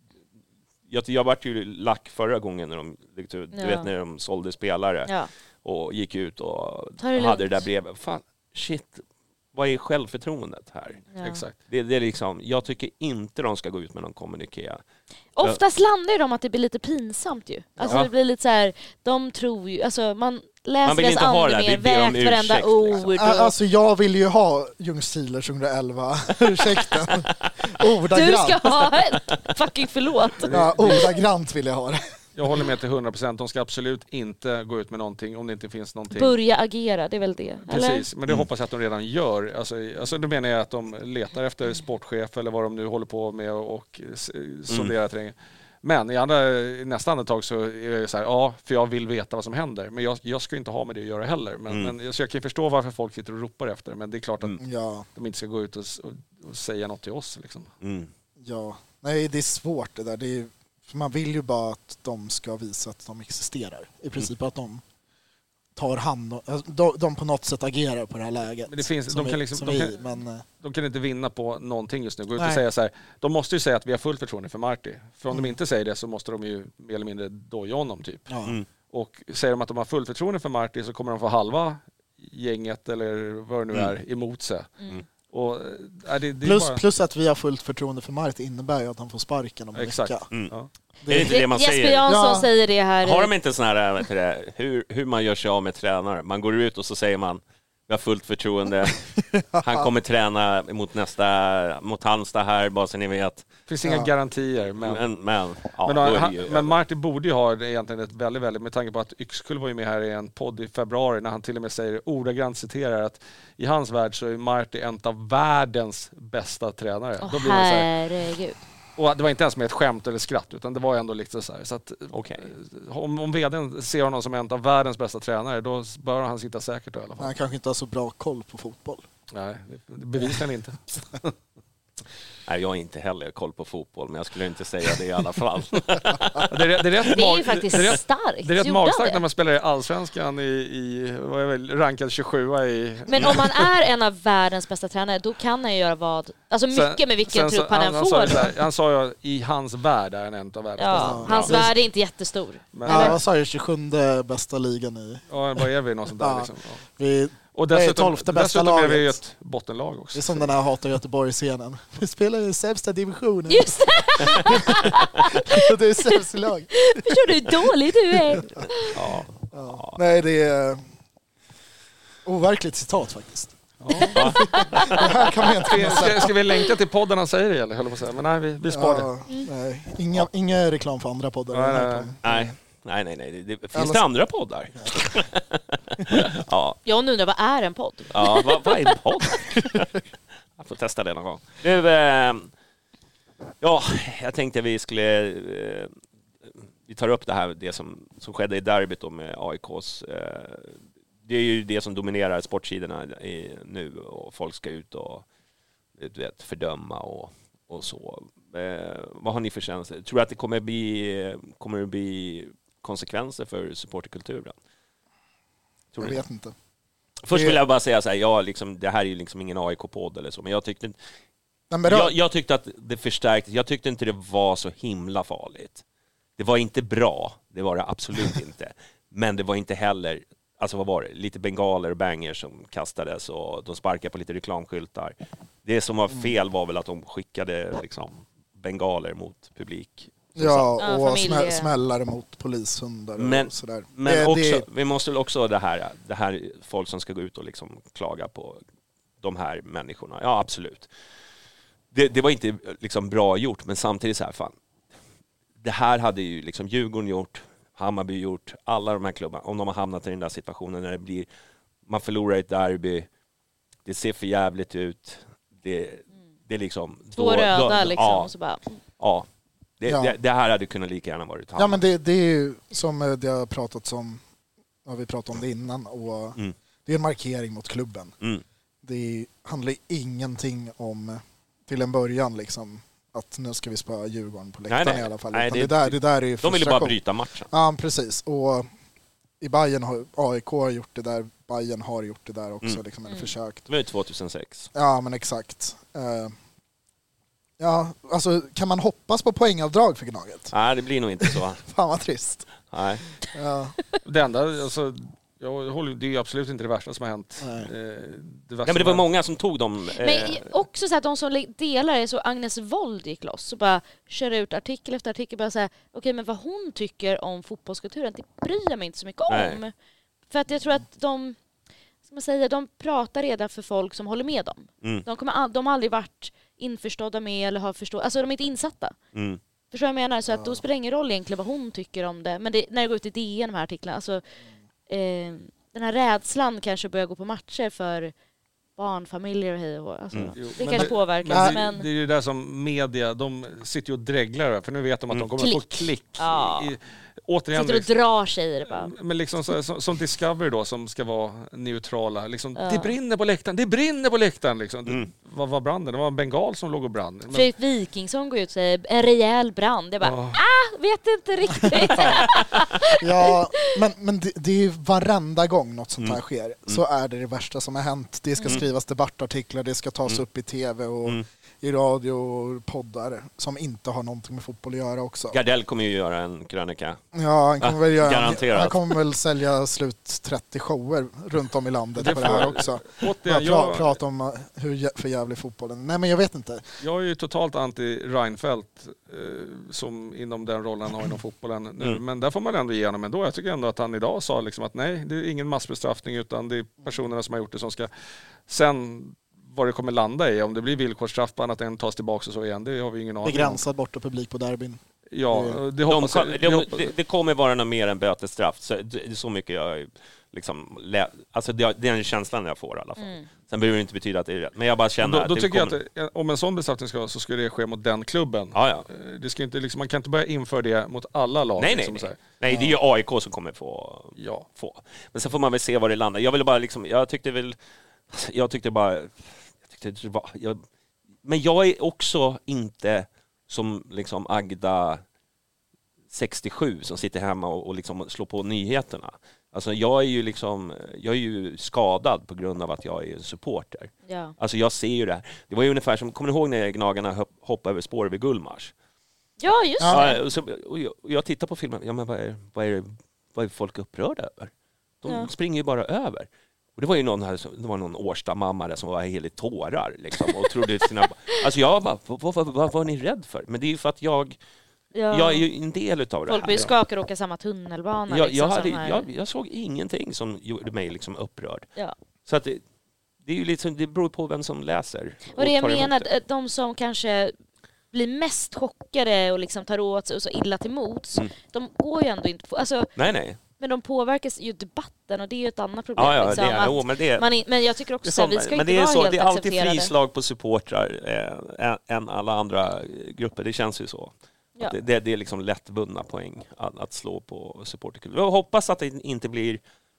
Jag vart ju lack förra gången när de, du vet, när de sålde spelare och gick ut och hade det där brevet. Fan, shit, vad är självförtroendet här? Ja. Exakt. Det är liksom, jag tycker inte de ska gå ut med någon kommuniké. Oftast landar de att det blir lite pinsamt ju. Alltså det blir lite så här, de tror ju, alltså man läser deras andemening, vägt varenda ord. Liksom. Alltså jag vill ju ha Ljungskile 2011 ursäkten. Ordagrant. Du ska ha en fucking förlåt. Ja, ordagrant vill jag ha det. Jag håller med till 100%. De ska absolut inte gå ut med någonting om det inte finns någonting. Börja agera, det är väl det. Precis, eller? Men det hoppas jag att de redan gör. Alltså då menar jag att de letar efter sportchef eller vad de nu håller på med och sonderar terrängen. Men i nästa andetag så är det så här, för jag vill veta vad som händer. Men jag ska inte ha med det att göra heller. Men så jag kan förstå varför folk sitter och ropar efter. Men det är klart att de inte ska gå ut och säga något till oss. Liksom. Ja, nej, det är svårt det där. Det är, för man vill ju bara att de ska visa att de existerar. I princip att de tar hand om, de på något sätt agerar på det här läget. Men det finns, de kan inte vinna på någonting just nu. Gå ut och säga så här, de måste ju säga att vi har fullt förtroende för Marty. För om de inte säger det så måste de ju mer eller mindre doja honom typ. Och säger de att de har fullt förtroende för Marty så kommer de få halva gänget eller vad det nu är emot sig. Och, plus att vi har fullt förtroende för Marty innebär ju att han får sparken om en vecka. Ja. Det är inte det man säger. Jesper Jansson säger det här. Har de inte sån här hur man gör sig av med tränare? Man går ut och så säger man Vi har fullt förtroende. Han kommer träna mot Halmstad här, bara så ni vet. Det finns inga garantier. Men Martin borde ju ha egentligen ett väldigt, med tanke på att Yxkull var ju med här i en podd i februari när han till och med säger, ordagrant citerar, att i hans värld så är Martin en av världens bästa tränare. Då blir det så här, herregud. och det var inte ens med ett skämt eller skratt, utan det var ändå liksom så här. Så att, om vdn ser honom som en av världens bästa tränare, då bör han sitta säkert i alla fall. Han kanske inte har så bra koll på fotboll. Nej, det bevisar han inte. Nej, jag har inte heller koll på fotboll, men jag skulle inte säga det i alla fall. Det är ju faktiskt starkt. Det är rätt magstarkt när man spelar i Allsvenskan i vad är väl, rankad 27 i... Men om man är en av världens bästa tränare, då kan han ju göra vad... Alltså mycket med vilken trupp han än får. Han sa ju i hans värld är han en av världens bästa. Hans värld är inte jättestor. Vad sa jag? 27 bästa ligan i... Ja, vad är vi något sånt där liksom. Vi... Och dessutom är vi ett bottenlag också. Det är som den här Hatar Göteborg-scenen. Vi spelar i sämsta divisionen. Just det! Det är sämsta lag. Förstår du hur dålig du är? Ja. Nej, det är overkligt citat faktiskt. Ja. Det här kan man inte ska vi länka till podden han säger det, eller höll på att säga. Men nej, vi sparar det. Nej. Inga reklam för andra poddar. Nej. Finns det andra poddar? Ja. Jag undrar, vad är en podd? Ja, vad är en podd? Jag får testa det någon gång. Nu, jag tänkte vi skulle... vi tar upp det som skedde i derbyt då med AIKs... det är ju det som dominerar sportsidorna nu, och folk ska ut och fördöma och så. Vad har ni för känsla? Tror du att det kommer att bli konsekvenser för supporterkulturen? Jag vet inte. Först vill jag bara säga så här, det här är ju liksom ingen AIK-podd eller så, men jag tyckte jag tyckte att det förstärkte. Jag tyckte inte det var så himla farligt. Det var inte bra, det var det absolut inte. Men det var inte heller, alltså vad var det? Lite bengaler och bangers som kastades och de sparkade på lite reklamskyltar. Det som var fel var väl att de skickade liksom bengaler mot publik. Ja, och smällare mot polishundar och sådär. Men vi måste väl också det här folk som ska gå ut och liksom klaga på de här människorna. Ja, absolut. Det var inte liksom bra gjort, men samtidigt så här, fan. Det här hade ju liksom Djurgården gjort, Hammarby gjort, alla de här klubbarna, om de har hamnat i den där situationen när det blir, man förlorar ett derby, det ser för jävligt ut, det är liksom... Två röda liksom, ja, och så bara... Ja. Det här hade kunnat lika gärna varit Hammar. Ja, men det är ju som det har pratats om, vi pratade om det innan, och det är en markering mot klubben. Det handlar ingenting om, till en början liksom, att nu ska vi spöa Djurgården på läktaren i alla fall. Nej, det där är ju de ville bara bryta matchen. Ja, precis. Och i Bayern har AIK gjort det där, Bayern har gjort det där också, liksom, eller försökt. Det var ju 2006. Ja, men exakt. Ja, alltså kan man hoppas på poängavdrag för Gnaget? Nej, det blir nog inte så. Fan vad trist. Nej. Ja. Det enda, alltså, det är ju absolut inte det värsta som har hänt. Men det var många som tog dem. Men också så att de som delar är så, Agnes Wold gick loss och bara kör ut artikel efter artikel, bara säga okej, men vad hon tycker om fotbollskulturen, det bryr jag mig inte så mycket om. Nej. För att jag tror att de pratar redan för folk som håller med dem. De har aldrig varit införstådda med eller har förstått, alltså de är inte insatta. Förstår jag menar? Så att då spelar det ingen roll egentligen vad hon tycker om det. Men när det går ut i DN, de här artiklarna, alltså den här rädslan kanske börjar gå på matcher för barnfamiljer och hej och alltså, det kanske påverkar. Men det är ju det där som media, de sitter ju och dreglar, för nu vet de att de kommer få klick. Ja. Återigen, sitter och drar sig i det bara. Men liksom som Discovery då, som ska vara neutrala. Liksom, det brinner på läktaren. Liksom. Vad var branden? Det var en bengal som låg och brann. Fredrik Wikingsson går ut och säger en rejäl brand. Det bara, vet inte riktigt. Ja, men det är ju varenda gång något sånt här sker, så är det värsta som har hänt. Det ska skrivas debattartiklar, det ska tas upp i tv och i radio och poddar som inte har någonting med fotboll att göra också. Gardell kommer ju göra en krönika. Ja, han kommer väl garanterat. Han kommer väl sälja slut 30 shower runt om i landet på det här också. Prata om hur för jävlig fotbollen. Nej, men jag vet inte. Jag är ju totalt anti Reinfeldt som inom den rollen han har inom fotbollen nu. Men där får man ändå igenom ändå. Jag tycker ändå att han idag sa liksom att nej, det är ingen massbestraffning utan det är personerna som har gjort det som ska... Sen vad det kommer landa i, om det blir villkorsstraff på annat än tas tillbaka och så igen, det har vi ingen aning om. Begränsad borta publik på derbyn. Ja, det kommer vara något mer än bötesstraff. Det är så mycket jag liksom... Alltså det är den känslan jag får i alla fall. Sen behöver det inte betyda att det är rätt. Men jag bara känner då tycker jag att om en sån bestraffning så ska det ske mot den klubben. Ja. Det ska inte, liksom, man kan inte börja införa det mot alla lag. Nej, det är ju AIK som kommer få. Men sen får man väl se var det landar. Jag ville bara liksom... Men jag är också inte som liksom Agda 67 som sitter hemma och liksom slår på nyheterna. Alltså jag är ju skadad på grund av att jag är en supporter. Ja. Alltså jag ser ju det här. Det var ju ungefär som, kommer ni ihåg när Gnagarna hoppade över spår vid Gullmars? Ja, just det. Och jag tittar på filmen, ja men vad är folk upprörda över? De springer ju bara över. Och det var ju någon Årsta-mamma som var helt i tårar liksom, och trodde sina... Alltså jag bara, vad var ni rädd för? Men det är ju för att jag är ju en del utav det här. Folk blir skakade och åka samma tunnelbana. Jag såg ingenting som gjorde mig liksom upprörd. Ja. Så att det är ju liksom, det beror på vem som läser. Och det jag menar, de som kanske blir mest chockade och liksom tar åt sig och så illa till mots, de går ju ändå inte på... Alltså, nej. Men de påverkas ju debatten och det är ju ett annat problem. Men jag tycker också att vi ska inte vara helt accepterade. Det är alltid frislag på supportrar än alla andra grupper. Det känns ju så. Ja. Det är liksom lättbundna poäng att slå på supporterkultur. Jag hoppas att det inte blir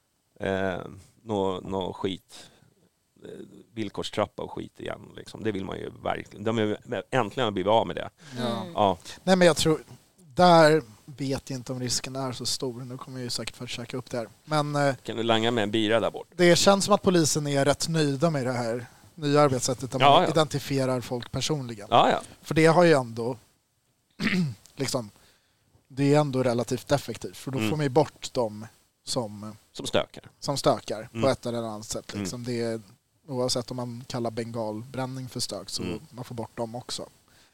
någon skit, villkorstrappa och skit igen. Liksom. Det vill man ju verkligen. De är äntligen blivit av med det. Ja. Nej, men jag tror... Där vet jag inte om risken är så stor. Nu kommer jag ju säkert försöka upp det här. Men, kan du langa med en bira där bort? Det känns som att polisen är rätt nöjda med det här nya arbetssättet där man identifierar folk personligen. Ja. För det har ju ändå liksom, det är ändå relativt effektivt. För då får man ju bort dem som stökar på ett eller annat sätt. Liksom. Det är, oavsett om man kallar bengalbränning för stök så man får bort dem också.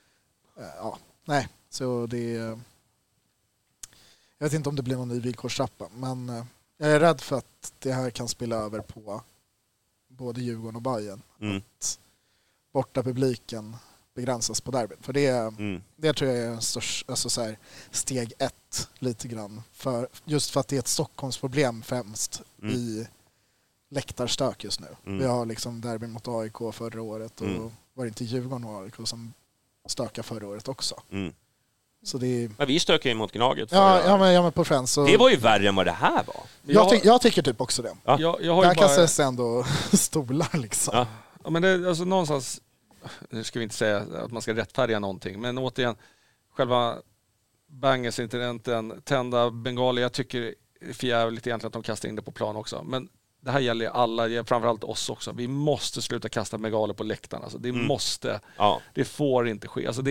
Så det är... Jag vet inte om det blir någon ny villkorstrappa, men jag är rädd för att det här kan spilla över på både Djurgården och Bayern. Att borta publiken begränsas på derbyn. För det tror jag är en steg 1 lite grann. Just för att det är ett Stockholmsproblem främst i läktarstök just nu. Vi har liksom derbyn mot AIK förra året och var det inte Djurgården och AIK som stökade förra året också. Så det... Men vi stökade ju mot Gnaget. Men på Friends. Det var ju värre än vad det här var. Jag tycker typ också det. Jag har där kan ses ändå stolar liksom. Ja, men det, alltså någonstans, nu ska vi inte säga att man ska rättfärdiga någonting, men återigen, själva Bangers-incidenten, tända bengaler, jag tycker förjävligt egentligen att de kastar in det på plan också. Men det här gäller alla, framförallt oss också. Vi måste sluta kasta bengaler på läktarna. Alltså, det måste. Ja. Det får inte ske. Alltså,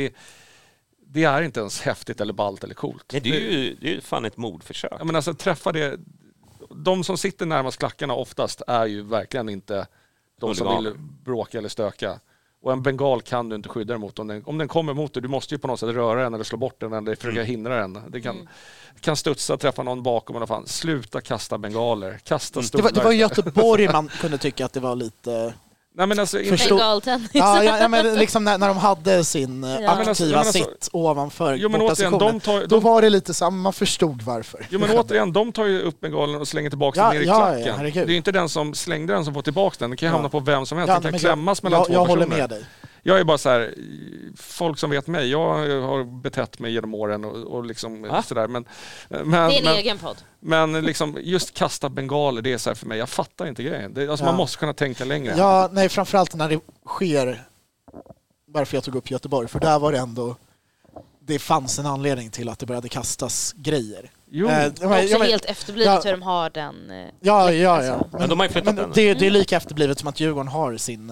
det är inte ens häftigt eller ballt eller coolt. Nej, det är ju fan ett mordförsök. Ja, men alltså, träffa det. De som sitter närmast klackarna oftast är ju verkligen inte de som vill bråka eller stöka. Och en bengal kan du inte skydda dig mot. Om den kommer mot dig, du måste ju på något sätt röra den eller slå bort den eller försöka hindra den. Det kan studsa, träffa någon bakom och fan. Sluta kasta bengaler. Kasta stolar. Det var i Göteborg man kunde tycka att det var lite... Nej, men alltså, bengaltennis. Men liksom när de hade sin aktiva sitt ovanför bortasektionen, då var det lite så man förstod varför. Jo, men återigen, de tar ju upp bengalen och slänger tillbaka den ner i klacken. Det är ju inte den som slängde den som får tillbaka den. Det kan ju hamna på vem som helst. Det kan klämmas mellan två personer. Jag håller med dig. Jag är bara så här, folk som vet mig, jag har betett mig genom åren och liksom sådär. Men, det är en egen podd. Men liksom, just kasta bengaler, det är så här för mig. Jag fattar inte grejen. Man måste kunna tänka längre. Ja, nej, framförallt när det sker, varför jag tog upp Göteborg, för där var det ändå, det fanns en anledning till att det började kastas grejer. Det är också helt efterblivet hur de har den. Men de har ju flyttat den. Det är lika efterblivet som att Djurgården har sin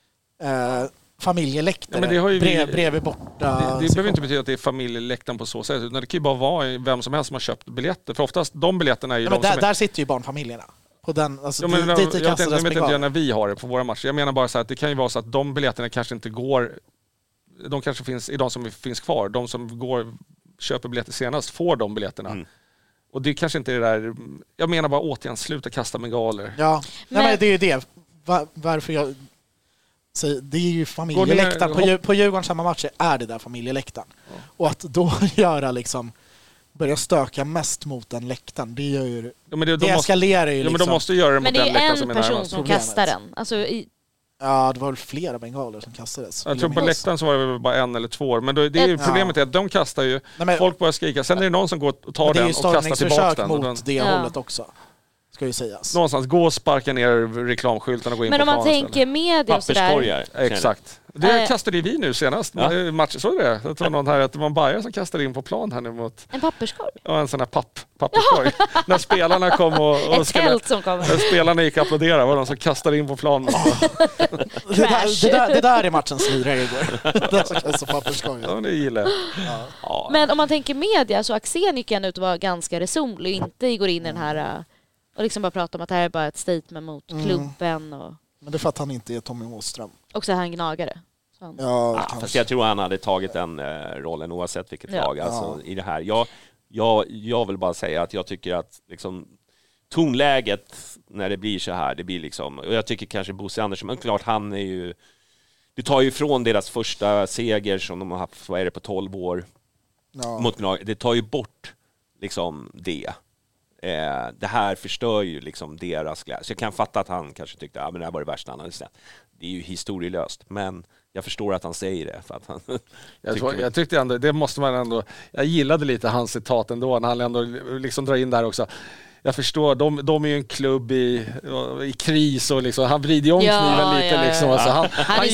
familjeläktare bredvid borta. Det behöver inte betyda att det är familjeläktaren på så sätt, utan det kan ju bara vara vem som helst som har köpt biljetter. För oftast de biljetterna är ju där sitter ju barnfamiljerna. På den, alltså, jag vet inte när vi har det på våra matcher. Jag menar bara så här att det kan ju vara så att de biljetterna kanske inte går de kanske finns i de som finns kvar. De som köper biljetter senast får de biljetterna. Och det kanske inte är det där... Jag menar bara återigen, sluta kasta bengaler. Ja, men det är ju det. Varför jag... Så det är ju familjeläktaren. På Djurgårdens samma matcher är det där familjeläktaren. Ja. Och att då göra liksom... Börja stöka mest mot den läktaren. Det gör ju... det eskalerar ju liksom... men de måste göra det mot den läktaren som är närmast. Men det är en person som kastar den. Alltså Ja, det var väl flera bengaler som kastades. Jag tror på läktaren så var det väl bara en eller två. Men det är ju problemet är att de kastar ju... folk börjar skrika. Sen är det någon som går och tar den och kastar tillbaka den. Mot det hållet också. Ska ju sägas. Någonstans, gå och sparka ner reklamskylten och gå in men på om man tänker media och sådär. Exakt. Det kastade vi nu senast. Matchen, såg det? Det var någon här att det var en bajare som kastade in på plan här nu mot... En papperskorg? Ja, en sån här papperskorg. När spelarna kom och ett tält som kom. När spelarna gick och applåderade var de som kastade in på plan. Det där är matchens lirare igår. Det som kastar papperskorg. Ja, det gillar jag. Ja. Men om man tänker media så Axén gick ut och var ganska resonlig och inte går in i den här... Och liksom bara prata om att det här är bara ett statement mot klubben. Och... Men det är för att han inte är Tommy Åström. Och så är han gnagare. Fast jag tror han hade tagit den rollen oavsett vilket lag. Alltså, i det här. Jag vill bara säga att jag tycker att liksom, tonläget när det blir så här, det blir liksom... Och jag tycker kanske Bosse Andersson, men klart han är ju... Det tar ju ifrån deras första seger som de har haft, vad är det, på 12 år mot gnagare. Det tar ju bort liksom det. Det här förstör ju liksom deras glädje. Så jag kan fatta att han kanske tyckte men det här var det värsta han hade sett. Det är ju historielöst, men jag förstår att han säger det för att han jag tyckte ändå, det måste man ändå, jag gillade lite hans citat ändå när han ändå liksom drar in där också. Jag förstår, de är ju en klubb i kris och liksom, han vrider om kniven lite liksom. Alltså, han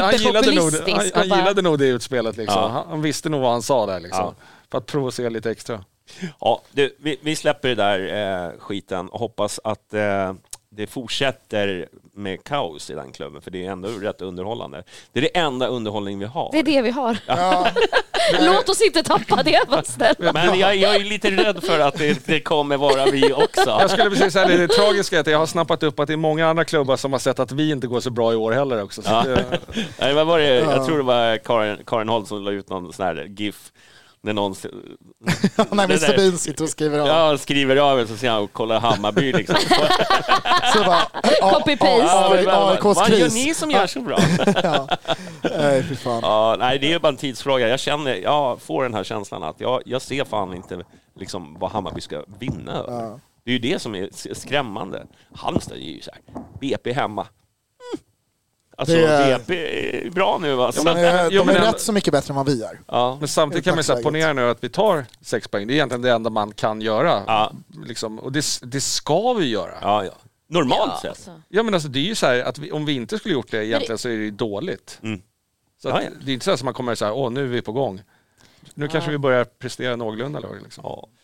gillade nog det utspelet liksom. Han visste nog vad han sa där liksom. För att provocera lite extra. Ja, vi släpper det där skiten och hoppas att det fortsätter med kaos i den klubben, för det är ändå rätt underhållande. Det är det enda underhållning vi har. Det är det vi har. Ja. Låt oss inte tappa det, men jag är lite rädd för att det kommer vara vi också. Jag skulle precis säga det tragiska är att jag har snappat upp att det är många andra klubbar som har sett att vi inte går så bra i år heller också. Så Nej, vad var det? Jag tror det var Karin Holt som la ut någon sån här GIF. När någon... när Mr. Bean sitter och skriver av. Ja, skriver av så ser jag och kollar Hammarby liksom. Så bara... Copy-paste. Vad gör ni som gör så bra? Nej, fy fan. Nej, det är bara en tidsfråga. Jag får den här känslan att jag ser fan inte liksom vad Hammarby ska vinna över. Det är ju det som är skrämmande. Halmstad är ju så här. BP hemma. Alltså, BP är bra nu. Alltså. De är rätt så mycket bättre än vad vi är. Ja. Men samtidigt kan man säga ponera nu att vi tar 6 poäng. Det är egentligen det enda man kan göra. Ja. Liksom. Och det ska vi göra. Ja. Normalt sett. Alltså. Ja, men alltså, det är ju så här att om vi inte skulle gjort det egentligen så är det dåligt. Så att, det är inte så att man kommer säga nu är vi på gång. Nu kanske vi börjar prestera någorlunda lag. Liksom.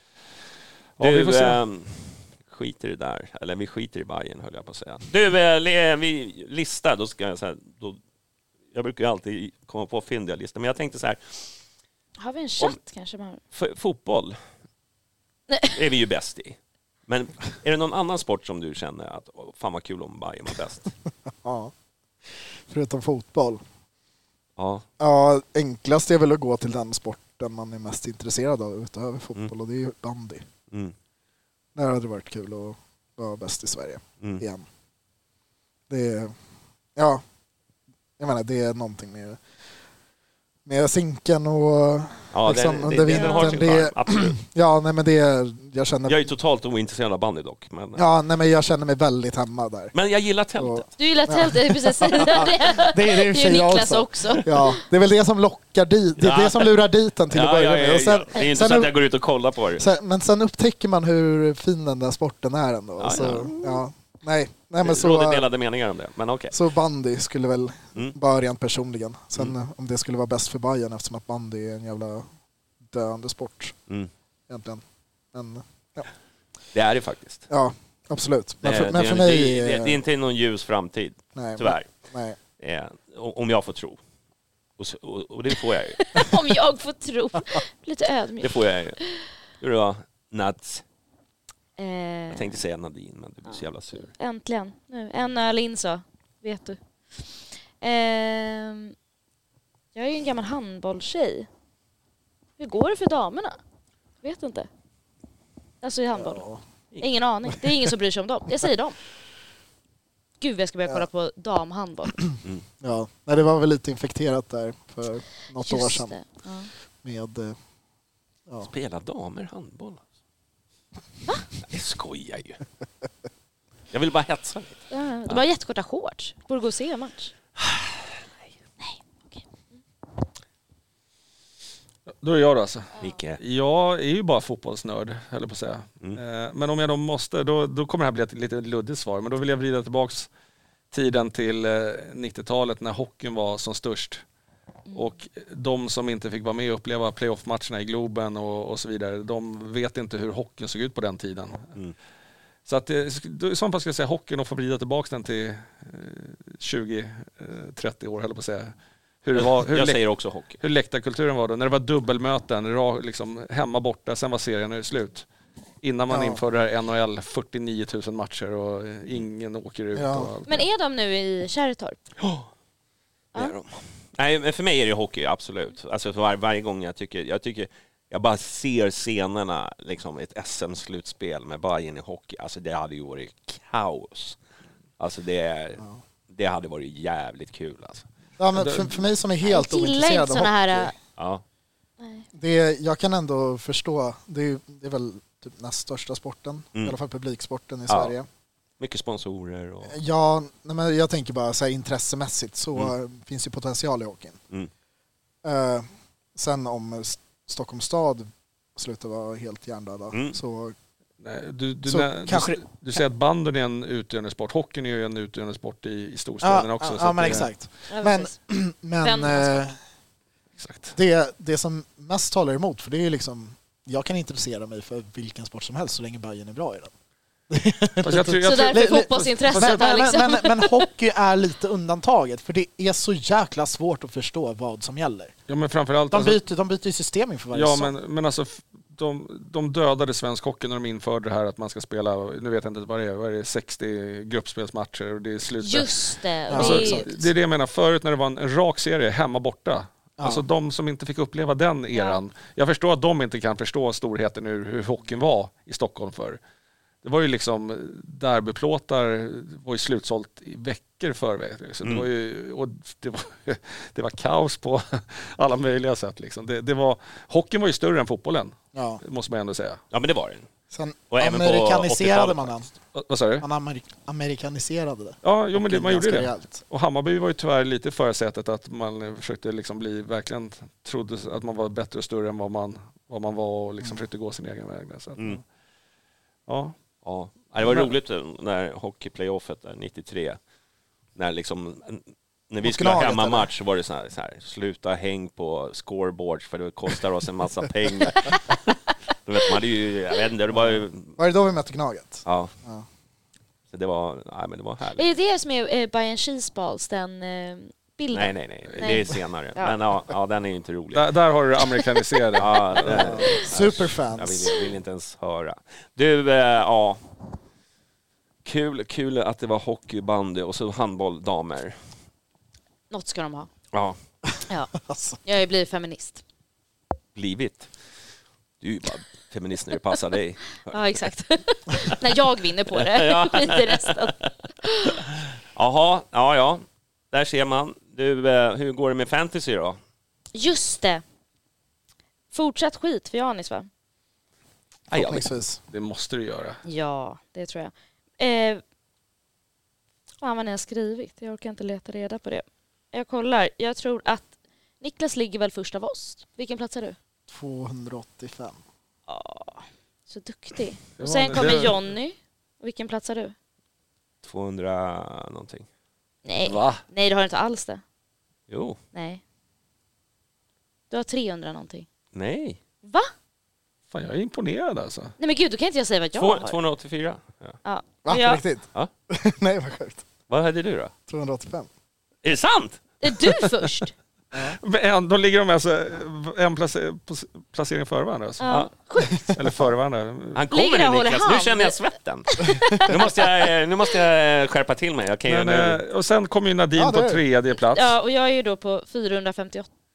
Vi får se. Skiter i det där. Eller vi skiter i Bayern, höll jag på att säga. Vi listar, då ska jag säga, jag brukar ju alltid komma på fyndiga listor, men jag tänkte så här. Har vi en chatt kanske? Fotboll är vi ju bäst i. Men är det någon annan sport som du känner att fan vad kul om Bayern var bäst? Ja. Förutom fotboll. Ja, enklast är väl att gå till den sporten man är mest intresserad av utöver fotboll och det är ju bandy. Det hade varit kul att vara bäst i Sverige igen. Jag menar, det är någonting med sinken och liksom under vintern. Absolut. Jag känner... Jag är totalt ointresserad av bandy dock. Men... men jag känner mig väldigt hemma där. Men jag gillar tältet. Du gillar tältet, precis. Det är Niklas också. Ja, det är väl det som lockar dit. Det är det som lurar dit den till att börja med. Och sen, det är inte så att jag går ut och kollar på det. Men sen upptäcker man hur fin den där sporten är ändå. Nej, men så råder delade meningar om det, men okej. Så bandy skulle väl vara rent personligen. Sen om det skulle vara bäst för Bayern eftersom att bandy är en jävla döende sport egentligen. Men det är det faktiskt. Ja, absolut. Men för mig det är inte någon ljus framtid. Nej, tyvärr. Nej. Om jag får tro. Och det får jag ju. Om jag får tro. Lite ödmjuk. Det får jag ju. Hur då? Nats. Jag tänkte säga Nadine, men du blir så jävla sur. Äntligen. Nu. En öl in så, vet du. Jag är ju en gammal handbollstjej. Hur går det för damerna? Jag vet inte. Alltså i handboll. Ja. Ingen aning. Det är ingen som bryr sig om dem. Jag säger dem. Gud, jag ska börja kolla på damhandboll. Ja, nej, det var väl lite infekterat där för något år sedan. Ja. Med... Spela damer handboll. Va? Jag skojar ju. Jag vill bara hetsa lite. Ja, de har jättekorta shorts. Borde gå och se en match. Nej. Okej. Då är jag då alltså. Micke. Jag är ju bara fotbollsnörd, höll jag på att säga. Men om jag då måste, då kommer det här bli ett lite luddigt svar. Men då vill jag vrida tillbaks tiden till 90-talet när hockeyn var som störst. Och de som inte fick vara med och uppleva playoff-matcherna i Globen och så vidare, de vet inte hur hockeyn såg ut på den tiden. Så att i så fall ska jag säga hockeyn och få vrida tillbaka den till 20-30 år, höll jag på att säga. Hur det var, jag säger också hockey. Hur läktarkulturen var då, när det var dubbelmöten, liksom hemma borta, sen var serien slut. Innan man införde det här NHL, 49 000 matcher och ingen åker ut. Ja. Och allt. Men är de nu i Kärrtorp? Ja, det är de. Nej, men för mig är det hockey, absolut. Alltså för varje gång jag tycker jag bara ser scenerna, liksom ett SM-slutspel med Bayern i hockey. Alltså det hade ju varit kaos. Alltså det hade varit jävligt kul alltså. Ja, men för mig som är helt ointresserad av hockey. Här... Ja. Jag kan ändå förstå, det är väl typ näst största sporten, i alla fall publiksporten i Sverige. Mycket sponsorer. Och... Ja, men jag tänker bara så här, intressemässigt så finns ju potential i hockeyn. Sen om Stockholms stad slutar vara helt hjärndöda så... Nej, du säger att banden är en utgörande sport. Hockeyn är ju en utgörande sport i storstäderna också. Ja, men exakt. Men exakt. Det som mest talar emot, för det är liksom, jag kan intressera mig för vilken sport som helst så länge Bayern är bra i den. Så därför fotbollsintresset där liksom. Men hockey är lite undantaget, för det är så jäkla svårt att förstå vad som gäller. Ja, men framförallt de byter ju system inför varje säsong. Men alltså de dödade svensk hockey när de införde det här att man ska spela, nu vet jag inte vad det är 60 gruppspelsmatcher och det är slut. Just det. Alltså, det är det jag menar, förut när det var en rak serie hemma borta. Alltså de som inte fick uppleva den eran. Jag förstår att de inte kan förstå storheten hur hockeyn var i Stockholm för. Det var ju liksom derbyplåtar var ju slutsålt i veckor förväg. Så det var ju, och det var kaos på alla möjliga sätt liksom. Hockeyn var ju större än fotbollen. Ja. Måste man ändå säga. Ja, men det var det. Sen amerikaniserade man den. Vad sa du? Man amerikaniserade det. Ja, jo, men man gjorde det. Rejält. Och Hammarby var ju tyvärr lite i försätet att man försökte liksom verkligen trodde att man var bättre och större än vad man var och liksom försökte gå sin egen väg. Så att, ja. Det var roligt när hockeyplayoffet där 93 när vi skulle ha hemmamatch så var det så här sluta häng på scoreboards för det kostar oss en massa pengar. Då vet man ju, jag vet inte, det var det då vi mötte Gnaget? Ja. Så det var härligt. Är det som är Bayern Cheeseballs, den bilden? Nej. Det är senare. Ja. Men den är ju inte rolig. Där har du amerikaniserade. Superfans. Jag vill inte ens höra. Du, Kul att det var hockeybandy och så handboll damer. Något ska de ha. Ja. Jag har blivit feminist. Blivit? Du är ju bara feminist när det passar dig. Ja, exakt. När jag vinner på det. Inte resten. Jaha, ja. Där ser man. Du, hur går det med fantasy då? Just det. Fortsatt skit för Janis, va? Det måste du göra. Ja, det tror jag. Vad ni har skrivit. Jag orkar inte leta reda på det. Jag kollar. Jag tror att Niklas ligger väl först av oss. Vilken plats är du? 285. Så duktig. Och sen kommer Jonny. Vilken plats är du? 200 någonting. Nej. Va? Nej, du har inte alls det. Jo. Nej. Du har 300 någonting. Nej. Va? Fan, jag är imponerad alltså. Nej men gud, då kan inte jag säga vad jag har. 284. Ja. Va? På riktigt? Ja. Nej, vad sjukt. Vad hade du då? 285. Är det sant? Är du först? Men då ligger de alltså en placering före varandra. Alltså. Ja. Sjukt. Eller före varandra. Han kommer in, Niklas. Nu känner jag svetten. nu måste jag skärpa till mig. Och sen kommer ju Nadine på tredje plats. Ja, och jag är ju då på 458.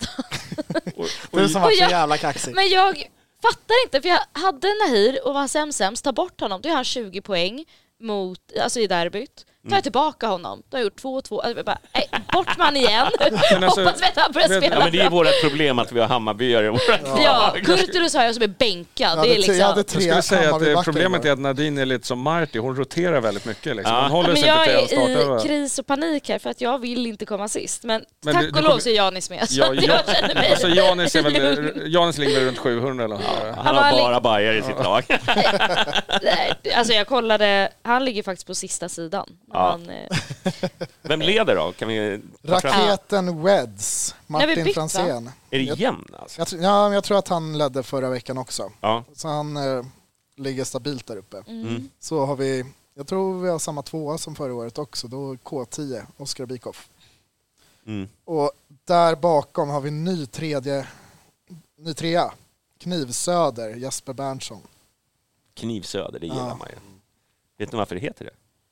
Du som var så jävla kaxig. Men jag fattar inte, för jag hade Nahir och var sämst. Ta bort honom, då har han 20 poäng alltså i derbyt. Tar jag tillbaka honom. Då har jag gjort 2-2. Bara, bort man igen. Hoppas vi att han börjar spela. Ja, men det är ju vårt problem att vi har Hammarbyare i vårt lag. Kurtulus har jag som är bänkad. Det är liksom... Jag skulle säga att problemet är att Nadine är lite som Marty. Hon roterar väldigt mycket. Liksom. Hon håller sig jag inte till att starta. är i kris och panik här för att jag vill inte komma sist. Men tack och lov så är Janis med. Så jag känner mig alltså Janis ligger runt 700 eller Han har bara Bajer i sitt lag. Alltså jag kollade, han ligger faktiskt på sista sidan. Ja. Vem leder då? Kan vi Raketen Weds, Martin Fransén. Är det jämn alltså? Jag tror att han ledde förra veckan också. Ja. Så han ligger stabilt där uppe. Så har vi, jag tror vi har samma tvåa som förra året också. Då K10, Oskar Bikoff. Och där bakom har vi ny trea. Knivsöder, Jesper Berntsson. Knivsöder, det gillar man ju. Vet ni varför det heter det?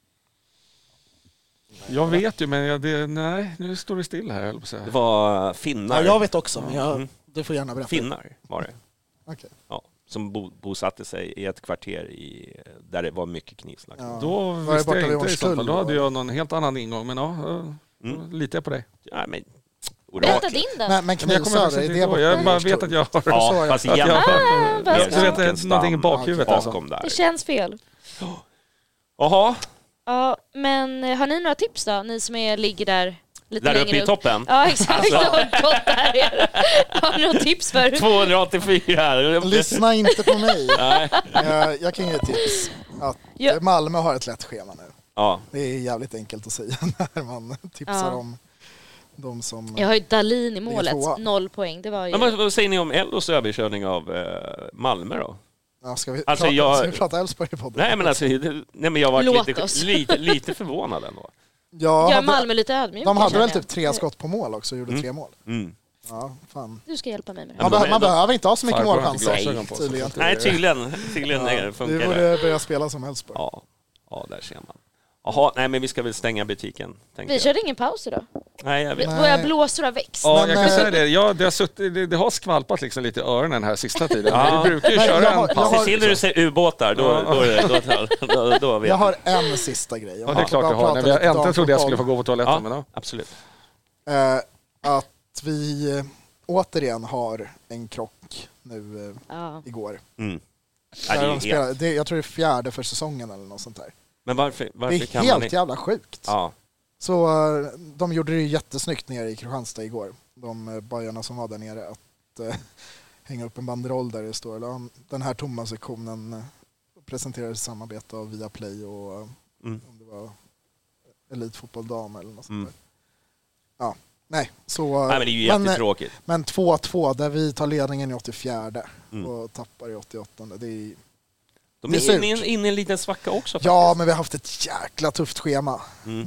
Jag vet ju, men nej, nu står det still här. Det var finnar. Ja, jag vet också, men du får gärna berätta. Finnar var det. Okay. Ja, som bosatte sig i ett kvarter där det var mycket knivsnack. Ja. Då visste jag inte i så fall. Då hade jag någon helt annan ingång, men litar jag på dig. Ja, men berätta din då. Men Knivsöder, är det jag bara vet att jag har... Ja, fast igen. Jag vet någonting i bakhuvudet. Alltså. Det känns fel. Jaha. Ja, men har ni några tips då? Ni som ligger där lite där längre uppe i toppen? Ja, exakt. Har ni några tips för? 284. Lyssna inte på mig. Jag kan ge tips. Att Malmö har ett lätt schema nu. Ja. Det är jävligt enkelt att säga när man tipsar om de som... Jag har ju Dahlin i målet, 0 poäng. Det var ju... Men vad säger ni om Ellos överkörning av Malmö då? Ja, ska vi prata Elfsborg i podden? Men jag var lite förvånad ändå. Ja, Malmö lite ödmjuk. De hade väl typ 3 skott på mål också och gjorde 3 mål. Ja, fan. Du ska hjälpa mig med det. Man behöver inte ha så mycket målchanser. Tydligen. Nej, tydligen funkar det. Vi borde börja spela som Elfsborg. Ja, där ser man. Jaha, nej men vi ska väl stänga butiken. Vi körde ingen paus idag. Nej, jag vet. Våra blåsor har växt. Ja, jag kan säga det. Det har skvalpat liksom lite i öronen här sista tiden. Vi brukar ju köra en paus. Precis när du säger ubåtar, då vet jag har en sista grej. Ja, det är klart jag har. Jag äntligen trodde jag skulle få gå på toaletten. Men absolut. Att vi återigen har en krock nu igår. Jag tror det är 4:e för säsongen eller något sånt där. Men varför det är kan helt jävla sjukt. Ja. Så de gjorde det jättesnyggt nere i Kristianstad igår. De bajarna som var där nere. Att hänga upp en banderoll där det står den här tomma sektionen presenterades i samarbete av Viaplay och om det var Elitfotboll dam eller något sånt där. Ja, nej. Så, nej, men det är ju jättetråkigt. Men 2-2 där vi tar ledningen i 84 och tappar i 88. Det är de är inne i en liten svacka också. Faktiskt. Ja, men vi har haft ett jäkla tufft schema.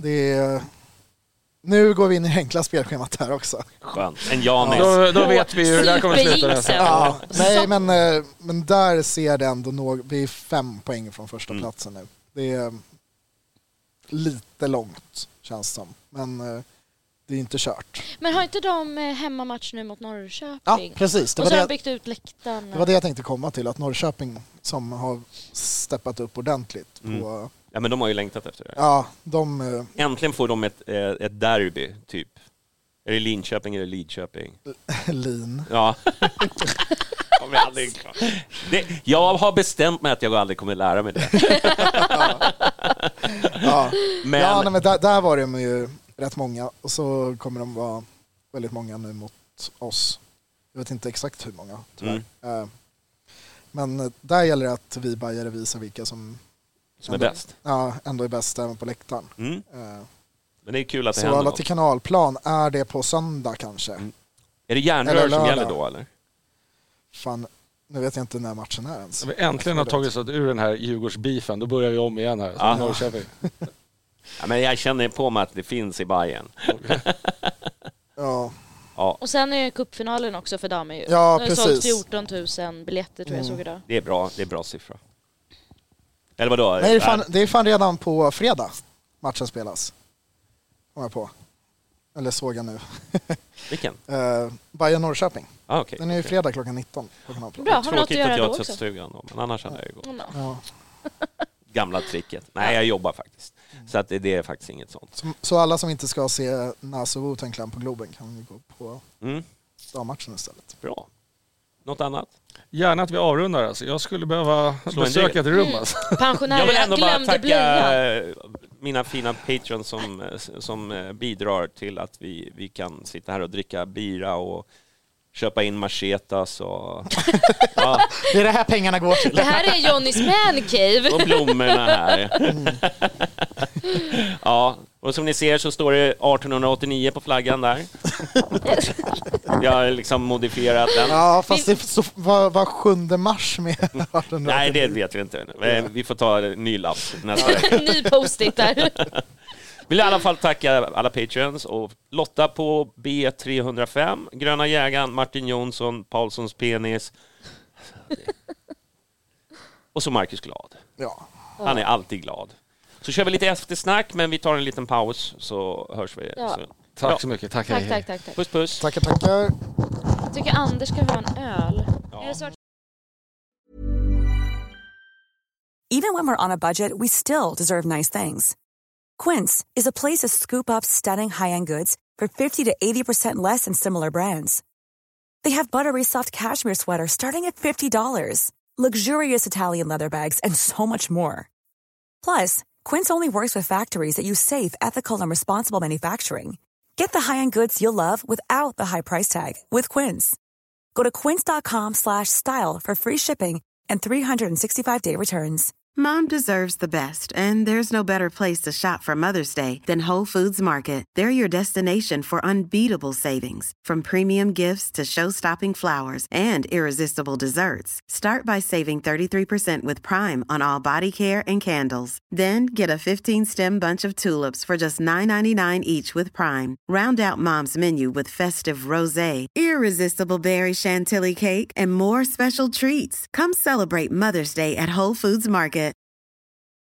Nu går vi in i enkla spelschemat här också. Skönt. En Janis. Då vet vi hur det här kommer att sluta. Ja, nej, men där ser det ändå vi är 5 poäng från första platsen nu. Det är lite långt, känns som. Men det är inte kört. Men har inte de hemmamatch nu mot Norrköping? Ja, precis. Och så har de byggt ut läktaren. Det var det jag tänkte komma till, att Norrköping som har steppat upp ordentligt på... Ja, men de har ju längtat efter det. Ja, äntligen får de ett derby, typ. Är det Linköping eller Lidköping? Lin. Ja. Jag har bestämt mig att jag aldrig kommer lära mig det. Men där var de ju rätt många. Och så kommer de vara väldigt många nu mot oss. Jag vet inte exakt hur många, tyvärr. Men där gäller det att vi bajare visar vilka som är bäst. Ja, ändå är bäst även på läktaren. Men det är kul att det så händer. Så alla till kanalplan, är det på söndag kanske? Är det järnrör som gäller då, eller? Fan, nu vet jag inte när matchen är ens. Vi äntligen har tagit oss ur den här Djurgårdsbeefen. Då börjar vi om igen här. Norrköping. Ja, men jag känner på mig att det finns i Bayern. Ja. Och sen är cupfinalen också för damer ju. Ja, precis. Det har sålt 14 000 biljetter tror jag såg idag. Det är bra siffra. Eller vadå? Nej, det är fan redan på fredag matchen spelas. Kommer jag på. Eller såg jag nu. Vilken? Bayern Norrköping. Okay, den är ju fredag klockan 19. Bra, har något att göra att jag då har också? Stugan då, men annars hade jag ju gått. Ja. Gamla tricket. Nej, jag jobbar faktiskt. Så att det är faktiskt inget sånt. Så alla som inte ska se Nas och Wu-Tang Clan på Globen kan ju gå på dammatchen istället. Bra. Något annat? Gärna att vi avrundar. Alltså. Jag skulle behöva besöka ett rum. Alltså. Pensionärer, jag vill ändå bara tacka blöja. mina fina patrons som bidrar till att vi kan sitta här och dricka bira och köpa in machetas och... Ja. Det är det här pengarna går till. Det här är Johnnys man cave. Och blommorna här. Ja, och som ni ser så står det 1889 på flaggan där. Jag har liksom modifierat den. Ja, fast det var 7 mars med 1889. Nej, det vet vi inte. Vi får ta en ny lapp nästa vecka. Ny post-it där. Vill i alla fall tacka alla patrons och Lotta på B305, Gröna Jägaren, Martin Jonsson, Paulssons penis. Och så Marcus Glad. Ja. Han är alltid glad. Så kör vi lite eftersnack, men vi tar en liten paus så hörs vi. Ja. Tack så mycket. Tack. Puss, puss. Tackar. Jag tycker Anders ska ha en öl. Ja. Är det så att... Even when we're on a budget, we still deserve nice things. Quince is a place to scoop up stunning high-end goods for 50 to 80% less than similar brands. They have buttery soft cashmere sweaters starting at $50, luxurious Italian leather bags, and so much more. Plus, Quince only works with factories that use safe, ethical, and responsible manufacturing. Get the high-end goods you'll love without the high price tag with Quince. Go to quince.com/style for free shipping and 365-day returns. Mom deserves the best, and there's no better place to shop for Mother's Day than Whole Foods Market. They're your destination for unbeatable savings, from premium gifts to show-stopping flowers and irresistible desserts. Start by saving 33% with Prime on all body care and candles. Then get a 15-stem bunch of tulips for just $9.99 each with Prime. Round out Mom's menu with festive rosé, irresistible berry chantilly cake, and more special treats. Come celebrate Mother's Day at Whole Foods Market.